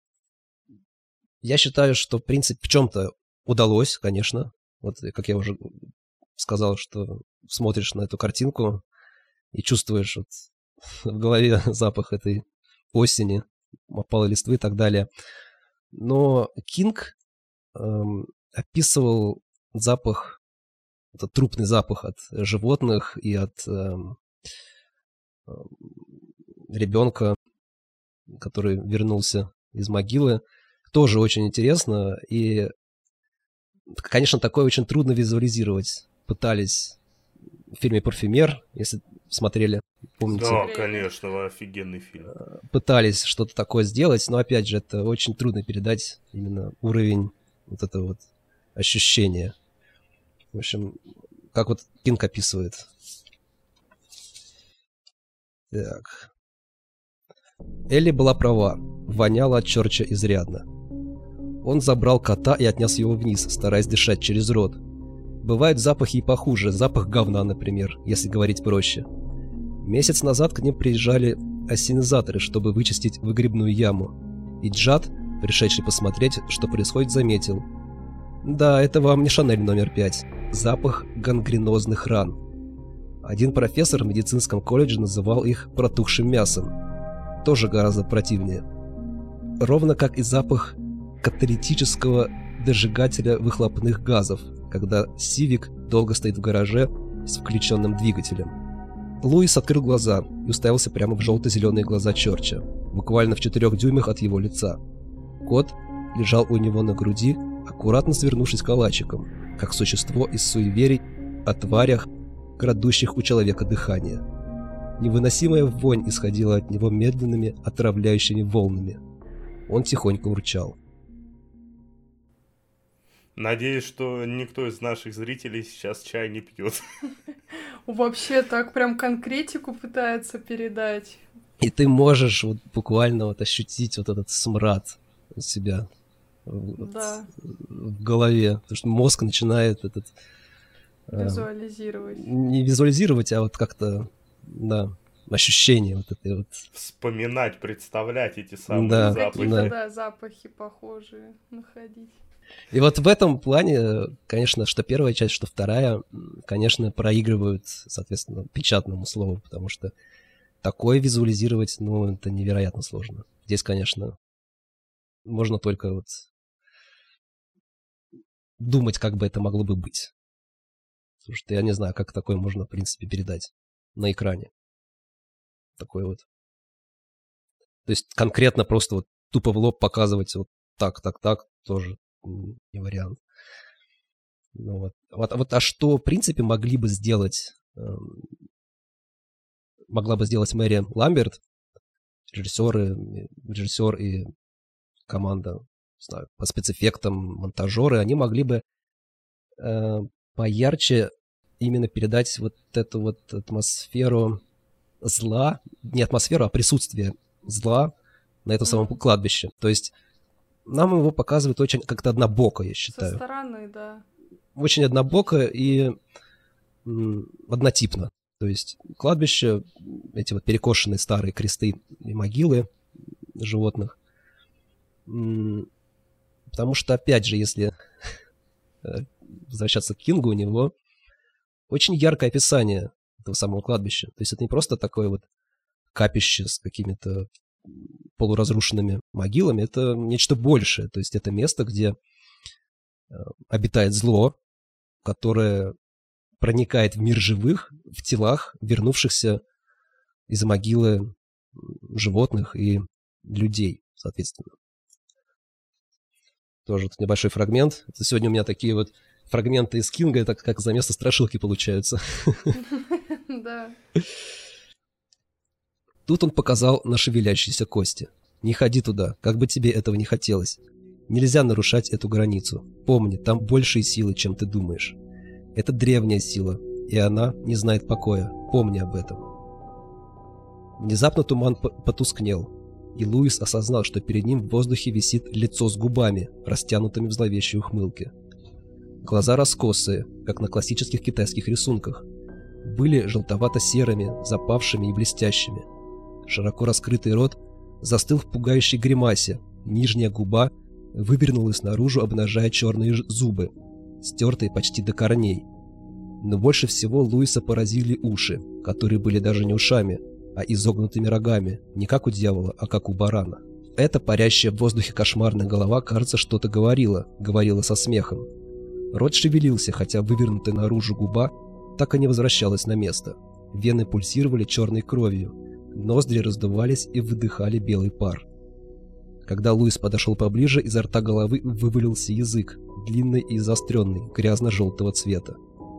я считаю, что, в принципе, в чем-то удалось, конечно. Вот, как я уже сказал, что смотришь на эту картинку и чувствуешь вот в голове запах этой осени, опалой листвы и так далее. Но Кинг эм, описывал запах, этот трупный запах от животных и от эм, эм, ребенка, который вернулся из могилы. Тоже очень интересно. И, конечно, такое очень трудно визуализировать. Пытались в фильме «Парфюмер», если смотрели, помните? Да, конечно, офигенный фильм. Пытались что-то такое сделать, но, опять же, это очень трудно передать именно уровень вот этого вот ощущения. В общем, как вот Кинг описывает. Так. Элли была права. Воняло от Чорча изрядно. Он забрал кота и отнес его вниз, стараясь дышать через рот. Бывают запахи и похуже, запах говна, например, если говорить проще. Месяц назад к ним приезжали ассенизаторы, чтобы вычистить выгребную яму. И Джад, пришедший посмотреть, что происходит, заметил. Да, это вам не Шанель номер пять. Запах гангренозных ран. Один профессор в медицинском колледже называл их протухшим мясом. Тоже гораздо противнее. Ровно как и запах каталитического дожигателя выхлопных газов, когда Сивик долго стоит в гараже с включенным двигателем. Луис открыл глаза и уставился прямо в желто-зеленые глаза Чорча, буквально в четырех дюймах от его лица. Кот лежал у него на груди, аккуратно свернувшись калачиком, как существо из суеверий о тварях, крадущих у человека дыхание. Невыносимая вонь исходила от него медленными, отравляющими волнами. Он тихонько урчал. Надеюсь, что никто из наших зрителей сейчас чай не пьет. Вообще так прям конкретику пытается передать. И ты можешь вот буквально вот ощутить вот этот смрад от себя. в, Да. в голове, потому что мозг начинает этот э, Визуализировать. не визуализировать, а вот как-то, да, ощущение вот этой вот. Вспоминать, представлять эти самые Да, запахи. Какие-то, да. да, запахи похожие находить. И вот в этом плане, конечно, что первая часть, что вторая, м, конечно, проигрывают, соответственно, печатному слову, потому что такое визуализировать, ну, это невероятно сложно. Здесь, конечно, можно только вот думать, как бы это могло бы быть. Потому что я не знаю, как такое можно, в принципе, передать на экране. Такой вот. То есть конкретно просто вот тупо в лоб показывать вот так, так, так, тоже м, не вариант. Ну вот. Вот, вот, а что, в принципе, могли бы сделать, эм, могла бы сделать Мэри Ламберт, режиссеры, режиссер и команда, не знаю, по спецэффектам, монтажеры, они могли бы э, поярче именно передать вот эту вот атмосферу зла, не атмосферу, а присутствие зла на этом самом Мгм. кладбище. То есть нам его показывают очень как-то однобоко, я Со считаю. стороны, да. Очень однобоко и м, однотипно. То есть кладбище, эти вот перекошенные старые кресты и могилы животных. М, Потому что, опять же, если э, возвращаться к Кингу, у него очень яркое описание этого самого кладбища. То есть это не просто такое вот капище с какими-то полуразрушенными могилами, это нечто большее. То есть это место, где э, обитает зло, которое проникает в мир живых, в телах вернувшихся из могилы м, животных и людей, соответственно. Тоже вот небольшой фрагмент. Это сегодня у меня такие вот фрагменты из Кинга, это как за место страшилки получаются. Да. Тут он показал на шевелящиеся кости. Не ходи туда, как бы тебе этого не хотелось. Нельзя нарушать эту границу. Помни, там большие силы, чем ты думаешь. Это древняя сила, и она не знает покоя. Помни об этом. Внезапно туман по- потускнел, и Луис осознал, что перед ним в воздухе висит лицо с губами, растянутыми в зловещей ухмылке. Глаза раскосые, как на классических китайских рисунках. Были желтовато-серыми, запавшими и блестящими. Широко раскрытый рот застыл в пугающей гримасе, нижняя губа вывернулась наружу, обнажая черные ж- зубы, стертые почти до корней. Но больше всего Луиса поразили уши, которые были даже не ушами, а изогнутыми рогами, не как у дьявола, а как у барана. Эта парящая в воздухе кошмарная голова, кажется, что-то говорила, говорила со смехом. Рот шевелился, хотя вывернутая наружу губа так и не возвращалась на место. Вены пульсировали черной кровью, ноздри раздувались и выдыхали белый пар. Когда Луис подошел поближе, изо рта головы вывалился язык, длинный и заостренный, грязно-желтого цвета.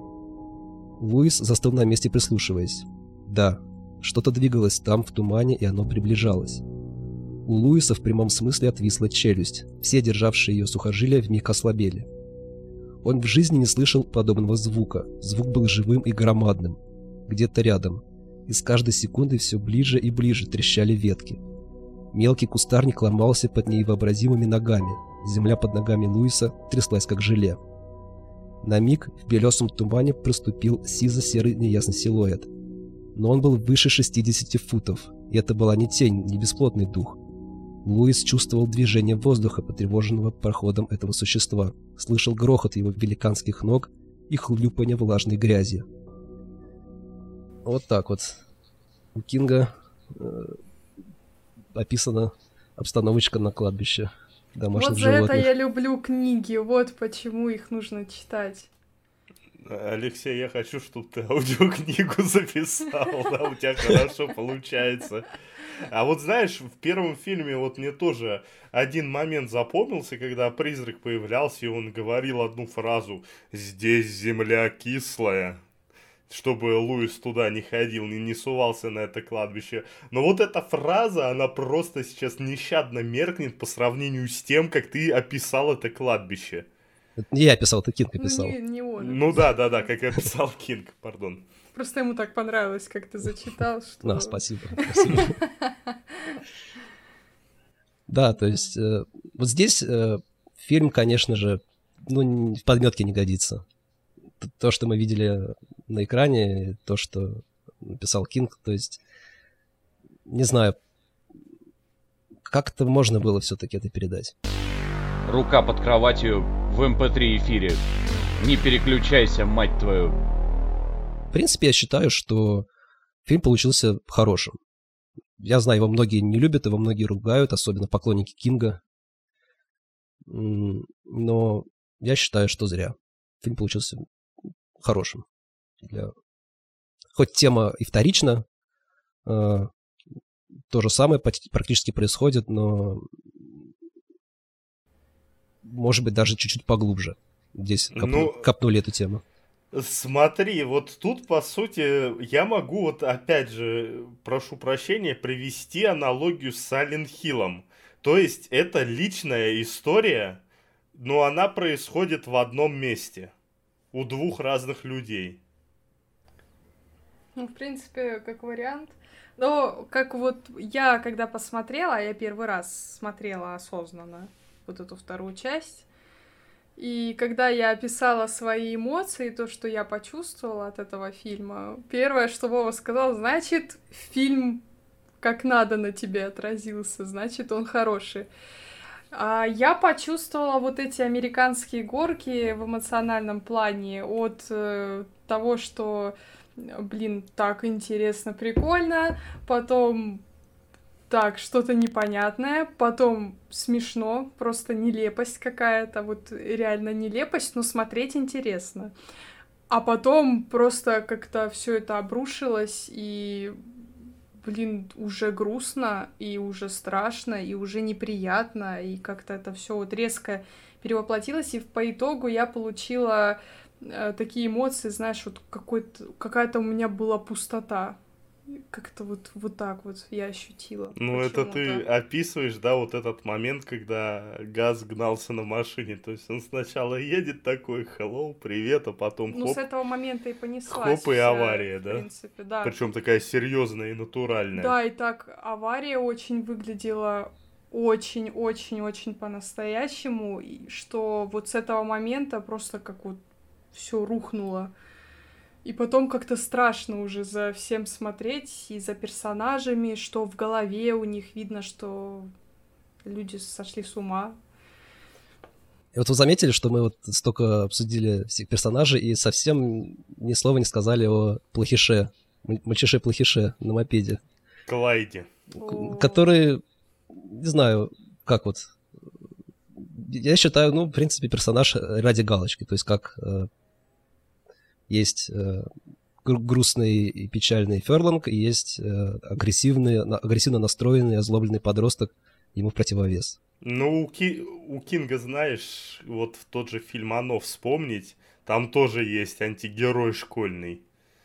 Луис застыл на месте, прислушиваясь. Да, что-то двигалось там, в тумане, и оно приближалось. У Луиса в прямом смысле отвисла челюсть, все державшие ее сухожилия вмиг ослабели. Он в жизни не слышал подобного звука, звук был живым и громадным, где-то рядом, и с каждой секундой все ближе и ближе трещали ветки. Мелкий кустарник ломался под невообразимыми ногами, земля под ногами Луиса тряслась как желе. На миг в белесом тумане проступил сизо-серый неясный силуэт. Но он был выше шестидесяти футов, и это была не тень, не бесплотный дух. Луис чувствовал движение воздуха, потревоженного проходом этого существа, слышал грохот его великанских ног и хлюпанье влажной грязи. Вот так вот. У Кинга э, описана обстановочка на кладбище домашних Вот за это животных. я люблю книги, вот почему их нужно читать. Алексей, я хочу, чтобы ты аудиокнигу записал, да, у тебя хорошо получается. А вот знаешь, в первом фильме вот мне тоже один момент запомнился, когда призрак появлялся, и он говорил одну фразу «Здесь земля кислая», чтобы Луис туда не ходил, не, не сувался на это кладбище. Но вот эта фраза, она просто сейчас нещадно меркнет по сравнению с тем, как ты описал это кладбище. Это не я описал, это Кинг Ну, описал. не, не он. Ну да, да, да, как описал Кинг, пардон. Просто ему так понравилось, как ты зачитал, что... Да, спасибо. спасибо. Да, то есть э, вот здесь э, в фильм, конечно же, ну, н- в подметке не годится. Т- То, что мы видели на экране, то, что написал Кинг, то есть, не знаю, как-то можно было все-таки это передать. Рука под кроватью в эм пэ три эфире. Не переключайся, мать твою. В принципе, я считаю, что фильм получился хорошим. Я знаю, его многие не любят, его многие ругают, особенно поклонники Кинга. М, Но я считаю, что зря. Фильм получился хорошим. Для- Хоть тема и вторична, э, то же самое почти- практически происходит, но может быть даже чуть-чуть поглубже. Здесь копну- Ну, копнули эту тему. смотри, вот тут, по сути, я могу, вот опять же, прошу прощения, привести аналогию с Silent Hill'ом. То есть, это личная история, но она происходит в одном месте. У двух разных людей. Ну, в принципе, как вариант. Но как вот я, когда посмотрела, я первый раз смотрела осознанно вот эту вторую часть, и когда я описала свои эмоции, то, что я почувствовала от этого фильма, первое, что Вова сказал, значит, фильм как надо на тебе отразился, значит, он хороший. А я почувствовала вот эти американские горки в эмоциональном плане от э, того, что, блин, так интересно, прикольно, потом так, что-то непонятное, потом смешно, просто нелепость какая-то, вот реально нелепость, но смотреть интересно. А потом просто как-то все это обрушилось, и, блин, уже грустно, и уже страшно, и уже неприятно, и как-то это все вот резко перевоплотилось, и по итогу я получила э, такие эмоции, знаешь, вот какой-то, какая-то у меня была пустота. Как-то вот, вот так вот я ощутила. Ну, это ты почему-то. описываешь, да, вот этот момент, когда Газ гнался на машине. То есть он сначала едет такой, hello, привет, а потом Ну, с хоп, этого момента и понеслась хоп и вся, авария, в да? принципе, да. Причем такая серьезная и натуральная. Да, и так авария очень выглядела очень-очень-очень по-настоящему, и что вот с этого момента просто как вот все рухнуло. И потом как-то страшно уже за всем смотреть, и за персонажами, что в голове у них видно, что люди сошли с ума. И вот вы заметили, что мы вот столько обсудили всех персонажей и совсем ни слова не сказали о плохише, м- мальчише-плохише на мопеде, Клайде. О. к- который, не знаю, как вот, я считаю, ну, в принципе, персонаж ради галочки, то есть как э, есть э, гру- грустный и печальный Ферланг, и есть э, агрессивный, на- агрессивно настроенный, озлобленный подросток ему в противовес. Ну, у, Ки- у Кинга, знаешь, вот в тот же фильм «Оно» вспомнить, там тоже есть антигерой школьный.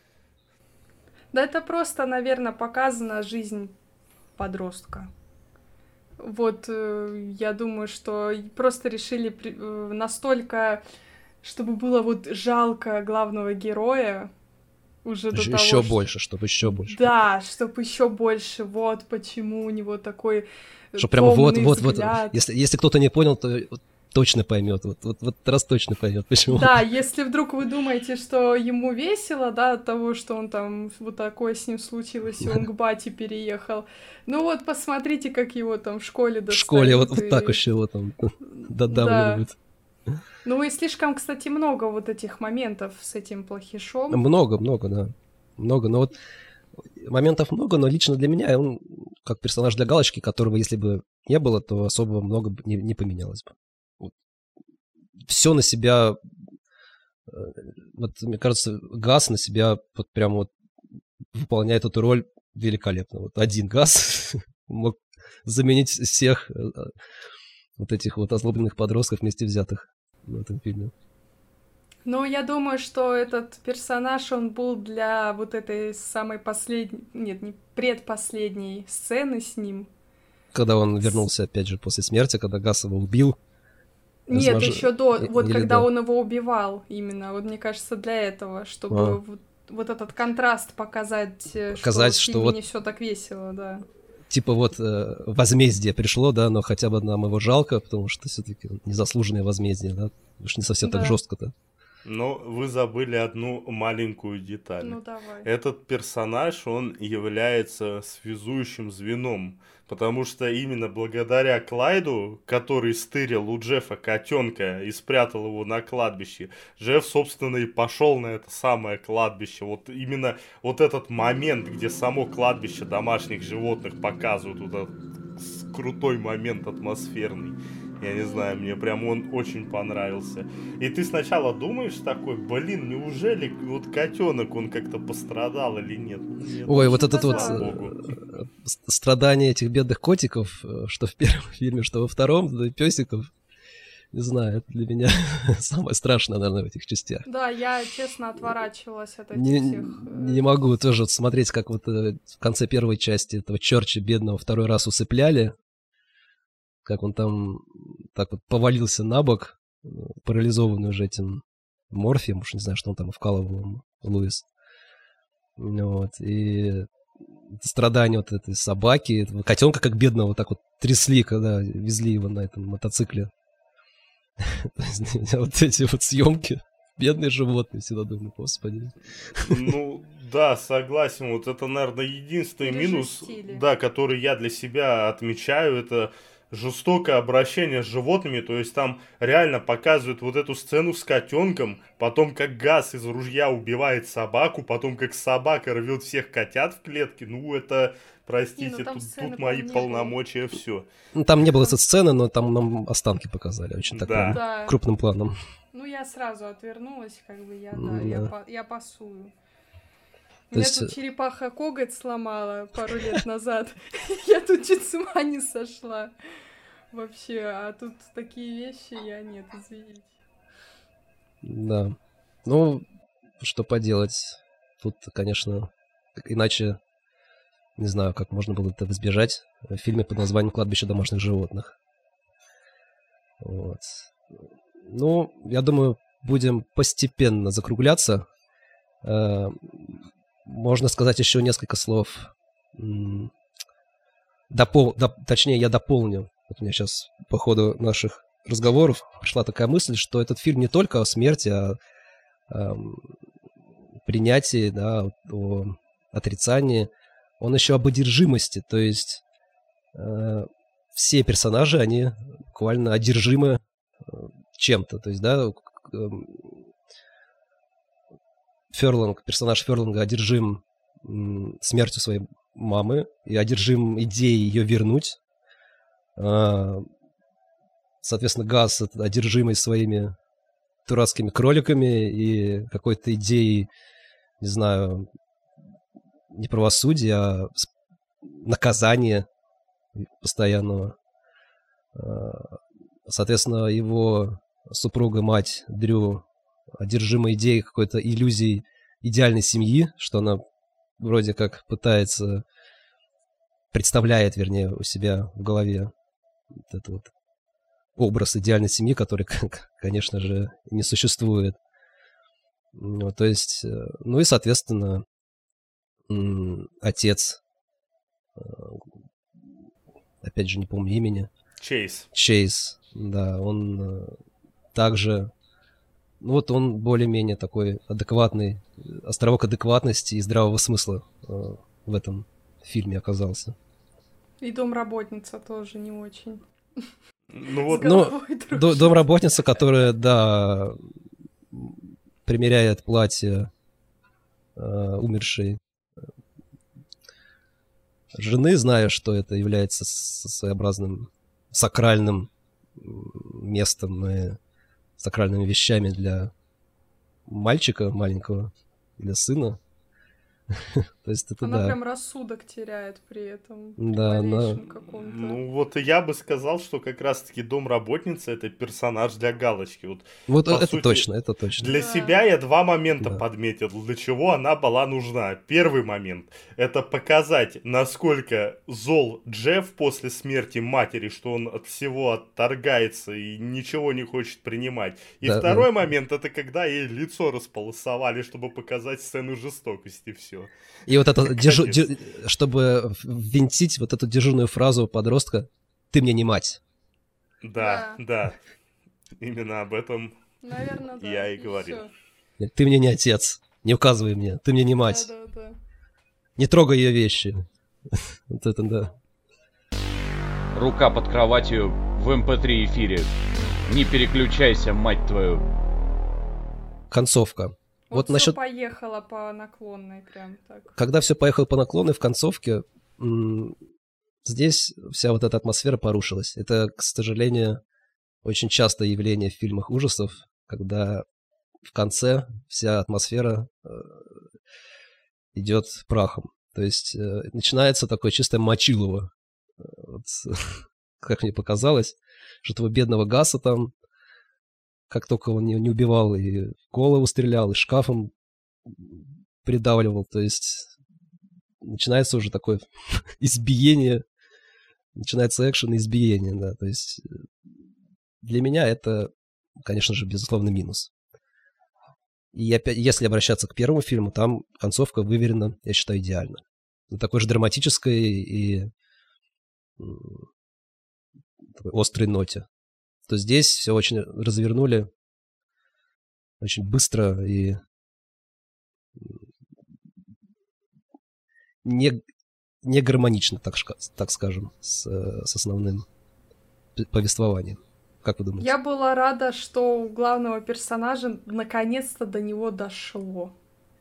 Да это просто, наверное, показана жизнь подростка. Вот, э, я думаю, что просто решили при- э, настолько, чтобы было вот жалко главного героя уже до Еще, того, еще что- больше, чтобы еще больше. Да, чтобы еще больше. Вот почему у него такой э, Что прямо вот, томный вот, вот. взгляд. Если, если кто-то не понял, то вот точно поймет. Вот, вот, вот раз точно поймет, почему. Да, если вдруг вы думаете, что ему весело, да, от того, что он там, вот такое с ним случилось, и он к бате переехал. Ну вот, посмотрите, как его там в школе В достают. школе вот, вот и- так еще его там Да. додавливают. Ну и слишком, кстати, много вот этих моментов с этим плохишом. Много, много, да. Много, но вот моментов много, но лично для меня он как персонаж для галочки, которого, если бы не было, то особо много бы не, не поменялось бы. Вот. Все на себя, э, вот мне кажется, Газ на себя вот прям вот выполняет эту роль великолепно. Вот один Газ мог заменить всех э, вот этих вот озлобленных подростков вместе взятых в этом фильме. Ну, я думаю, что этот персонаж, он был для вот этой самой последней, нет, не предпоследней сцены с ним. Когда он вернулся, опять же, после смерти, когда Газ его убил. Нет, Размож- еще до, и- вот или когда до. он его убивал именно, вот мне кажется, для этого, чтобы А. вот, вот этот контраст показать, э, Показать, что в что фильме вот- не все так весело, да. типа вот э, возмездие пришло, да, но хотя бы нам его жалко, потому что все-таки незаслуженное возмездие, да, уж не совсем так Да. жестко-то. Но вы забыли одну маленькую деталь. Ну давай. Этот персонаж, он является связующим звеном, потому что именно благодаря Клайду, который стырил у Джеффа котенка и спрятал его на кладбище, Джефф, собственно, и пошел на это самое кладбище. Вот именно вот этот момент, где само кладбище домашних животных показывают, вот этот с- крутой момент атмосферный. Я не знаю, мне прям он очень понравился. И ты сначала думаешь такой, блин, неужели вот котенок, он как-то пострадал или нет? Нет, Ой, вот очень этот вот слава э, богу. с- страдания этих бедных котиков, э, что в первом фильме, что во втором, да, песиков, не знаю, это для меня самое страшное, наверное, в этих частях. Да, я честно отворачивалась от этих Не, всех. э, не могу тоже вот смотреть, как вот э, в конце первой части этого Чёрча бедного второй раз усыпляли, как он там так вот повалился на бок, э, парализованный уже этим морфием, уж не знаю, что он там вкалывал ему, Луис. Ну вот, и страдания вот этой собаки, этого котенка как бедного вот так вот трясли, когда везли его на этом мотоцикле. То есть, вот эти вот съемки, бедные животные, всегда думаю, господи. Ну, да, согласен. Вот это, наверное, единственный минус, Пережестили. да, который я для себя отмечаю, это жестокое обращение с животными. То есть там реально показывают вот эту сцену с котенком, потом как Газ из ружья убивает собаку, потом как собака рвет всех котят в клетке. Ну, это, простите, Не, ну там тут, сцены тут прям мои не было. полномочия, все. Ну, там не было этой сцены, но там нам останки показали очень так Да. прям Да. крупным планом. Ну, я сразу отвернулась, как бы я, да, М, я, да. па- я пасую. То Меня есть, тут э, черепаха коготь сломала пару лет назад. Я тут чуть с ума не сошла. Вообще, а тут такие вещи я нет, извините. Да. Ну, что поделать. Тут, конечно, как иначе не знаю, как можно было это избежать в фильме под названием «Кладбище домашних животных». Вот. Ну, я думаю, будем постепенно закругляться. Э, Можно сказать еще несколько слов. М, Допол... доп- Точнее, я дополню. Вот у меня сейчас по ходу наших разговоров пришла такая мысль, что этот фильм не только о смерти, а о принятии, да, о отрицании. Он еще об одержимости. То есть э, все персонажи, они буквально одержимы э, чем-то. То есть, да, к- эм, Ферланг, персонаж Ферланга одержим м, смертью своей мамы и одержим идеей ее вернуть. А, соответственно, Газ это одержимый своими дурацкими кроликами и какой-то идеей, не знаю, не правосудия, а с- наказания постоянного. А, соответственно, его супруга, мать Дрю, одержима идеей какой-то иллюзии идеальной семьи, что она вроде как пытается, представляет, вернее, у себя в голове вот этот вот образ идеальной семьи, который, конечно же, не существует. Ну, то есть, э, ну и, соответственно, м, отец, э, опять же, не помню имени, Чейз. Чейз, да, он э, также, ну вот он более-менее такой адекватный, э, островок адекватности и здравого смысла э, в этом фильме оказался. И домработница тоже не очень. Ну С вот, ну, головой До- дружит. домработница, которая, да, примеряет платье э, умершей жены, зная, что это является с- своеобразным сакральным м, местом и сакральными вещами для мальчика маленького, для сына. То есть это Она да. прям рассудок теряет при этом. При Да, она- малейшем каком-то. ну вот и я бы сказал, что как раз-таки домработница это персонаж для галочки. Вот Вот по это сути, точно, это точно. для Да. себя я два момента Да. подметил, для чего она была нужна. Первый момент — это показать, насколько зол Джефф после смерти матери, что он от всего отторгается и ничего не хочет принимать. И Да, второй да. момент — это когда ей лицо располосовали, чтобы показать сцену жестокости. Все. его. И вот это, дежу- Конечно. де- чтобы ввинтить вот эту дежурную фразу подростка «ты мне не мать». Да, да. Именно об этом Наверное, да. я и говорил. всё. «Ты мне не отец, не указывай мне, ты мне не мать, Да, да, да. не трогай ее вещи». Вот это да. Рука под кроватью в эм пэ три эфире. Не переключайся, мать твою. Концовка. Вот, Вот всё насчет- поехало по наклонной прям так. Когда все поехало по наклону в концовке, м, здесь вся вот эта атмосфера порушилась. Это, к сожалению, очень частое явление в фильмах ужасов, когда в конце вся атмосфера э, идет прахом. То есть э, начинается такое чистое мочилово. Э, Вот, как мне показалось, что этого бедного Гаса там, как только он не, не убивал, и в голову стрелял, и шкафом придавливал. То есть начинается уже такое избиение, начинается экшен и избиение, да. То есть э, для меня это, конечно же, безусловно, минус. И опять, если обращаться к первому фильму, там концовка выверена, я считаю, идеально. На такой же драматической и м, такой острой ноте. То здесь все очень развернули очень быстро и м, не, не гармонично, так, шка- так скажем, с, э, с основным п- повествованием. Как вы думаете? Я была рада, что у главного персонажа наконец-то до него дошло.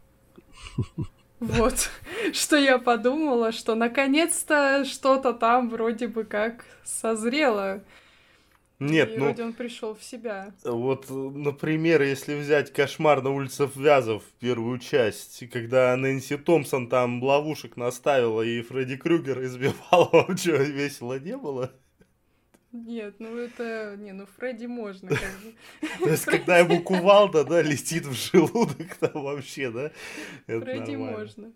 Вот, что я подумала, что наконец-то что-то там вроде бы как созрело. Нет, И ну, вроде он пришел в себя. вот, например, если взять «Кошмар на улице Вязов» первую часть, когда Нэнси Томпсон там ловушек наставила и Фредди Крюгер избивал, вам что, весело не было? Нет, ну это... Не, ну Фредди можно как бы. То есть, когда ему кувалда, да, летит в желудок, там вообще, да? Это Фредди нормально. можно.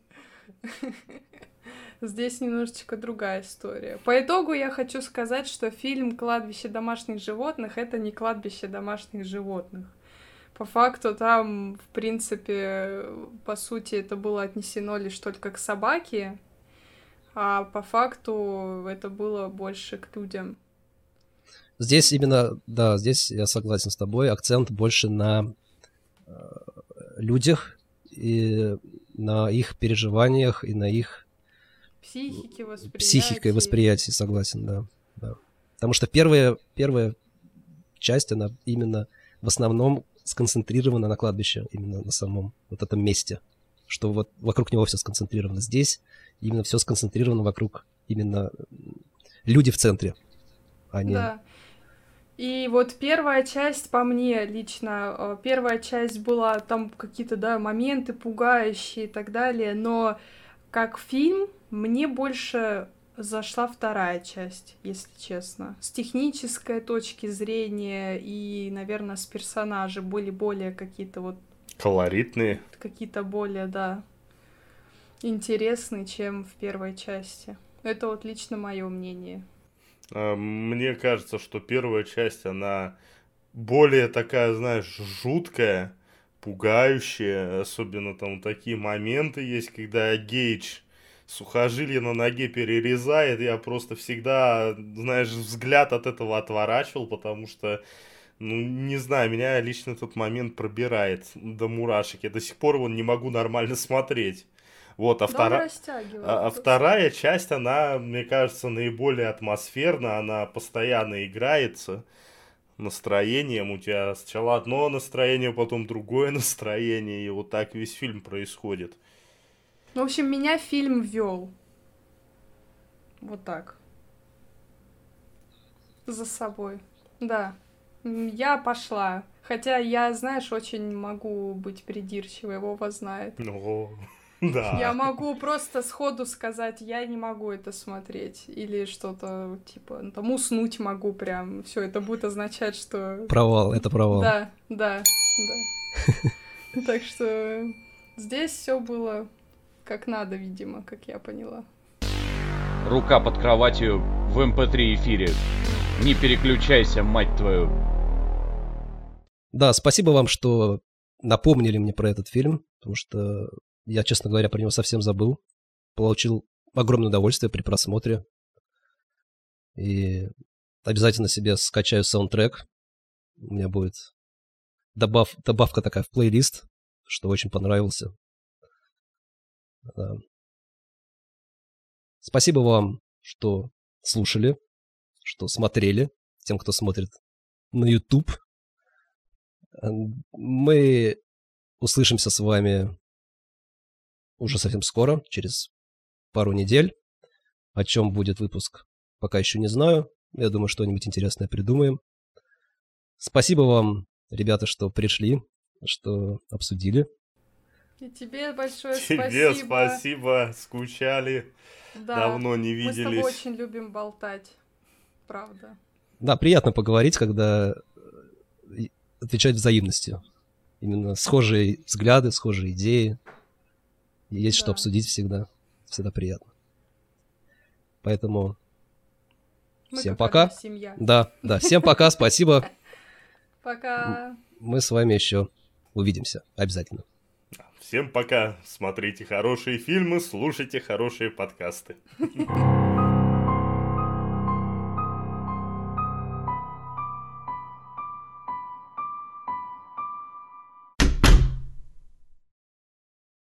Здесь немножечко другая история. По итогу я хочу сказать, что фильм «Кладбище домашних животных» — это не кладбище домашних животных. По факту там, в принципе, по сути, это было отнесено лишь только к собаке, а по факту это было больше к людям. Здесь именно, да, здесь я согласен с тобой, акцент больше на э, людях и на их переживаниях и на их Психики, восприятие. психикой восприятии, согласен, да, да. Потому что первая, первая часть, она именно в основном сконцентрирована на кладбище, именно на самом вот этом месте, что вот вокруг него все сконцентрировано. Здесь именно все сконцентрировано вокруг именно люди в центре, а не... Да. И вот первая часть, по мне лично, э, первая часть была там какие-то, да, моменты пугающие и так далее, но как фильм мне больше зашла вторая часть, если честно. С технической точки зрения и, наверное, с персонажей были более какие-то вот, Колоритные. какие-то более, да, интересные, чем в первой части. Это вот лично мое мнение. А, Мне кажется, что первая часть, она более такая, знаешь, жуткая, пугающая. Особенно там такие моменты есть, когда Гейдж сухожилие на ноге перерезает. Я просто всегда, знаешь, взгляд от этого отворачивал, потому что, ну, не знаю, меня лично этот момент пробирает до мурашек. Я до сих пор вон не могу нормально смотреть. Вот, а Да, он вторая... растягивает А, а просто. вторая часть, она, мне кажется, наиболее атмосферна, она постоянно играется настроением. У тебя сначала одно настроение, потом другое настроение, и вот так весь фильм происходит. Ну, в общем, меня фильм вел. Вот так. За собой. Да. М, Я пошла. Хотя я, знаешь, очень могу быть придирчивой, Вова знает. Ну, да. Я могу просто сходу сказать, я не могу это смотреть. Или что-то, типа, ну, там уснуть могу прям. Все, это будет означать, что... Провал, это провал. Да, да, да. Так что здесь все было как надо, видимо, как я поняла. Рука под кроватью в эм пэ три эфире. Не переключайся, мать твою. Да, спасибо вам, что напомнили мне про этот фильм, потому что Я, честно говоря, про него совсем забыл. Получил огромное удовольствие при просмотре. И обязательно себе скачаю саундтрек. У меня будет добав... добавка такая в плейлист, что очень понравился. Да. Спасибо вам, что слушали, что смотрели, тем, кто смотрит на YouTube. Мы услышимся с вами уже совсем скоро, через пару недель. О чем будет выпуск, пока еще не знаю. Я думаю, что-нибудь интересное придумаем. Спасибо вам, ребята, что пришли, что обсудили. И тебе большое Тебе спасибо. спасибо, скучали, Да, давно не мы с тобой виделись. очень любим болтать. Правда. Да, приятно поговорить, когда э, отвечать взаимностью. Именно схожие взгляды, схожие идеи. И есть что Да. обсудить всегда. Всегда приятно. Поэтому Мы всем как пока. одна семья. Да, да, всем пока, спасибо. Пока. Мы с вами еще увидимся. Обязательно. Всем пока, смотрите хорошие фильмы, слушайте хорошие подкасты.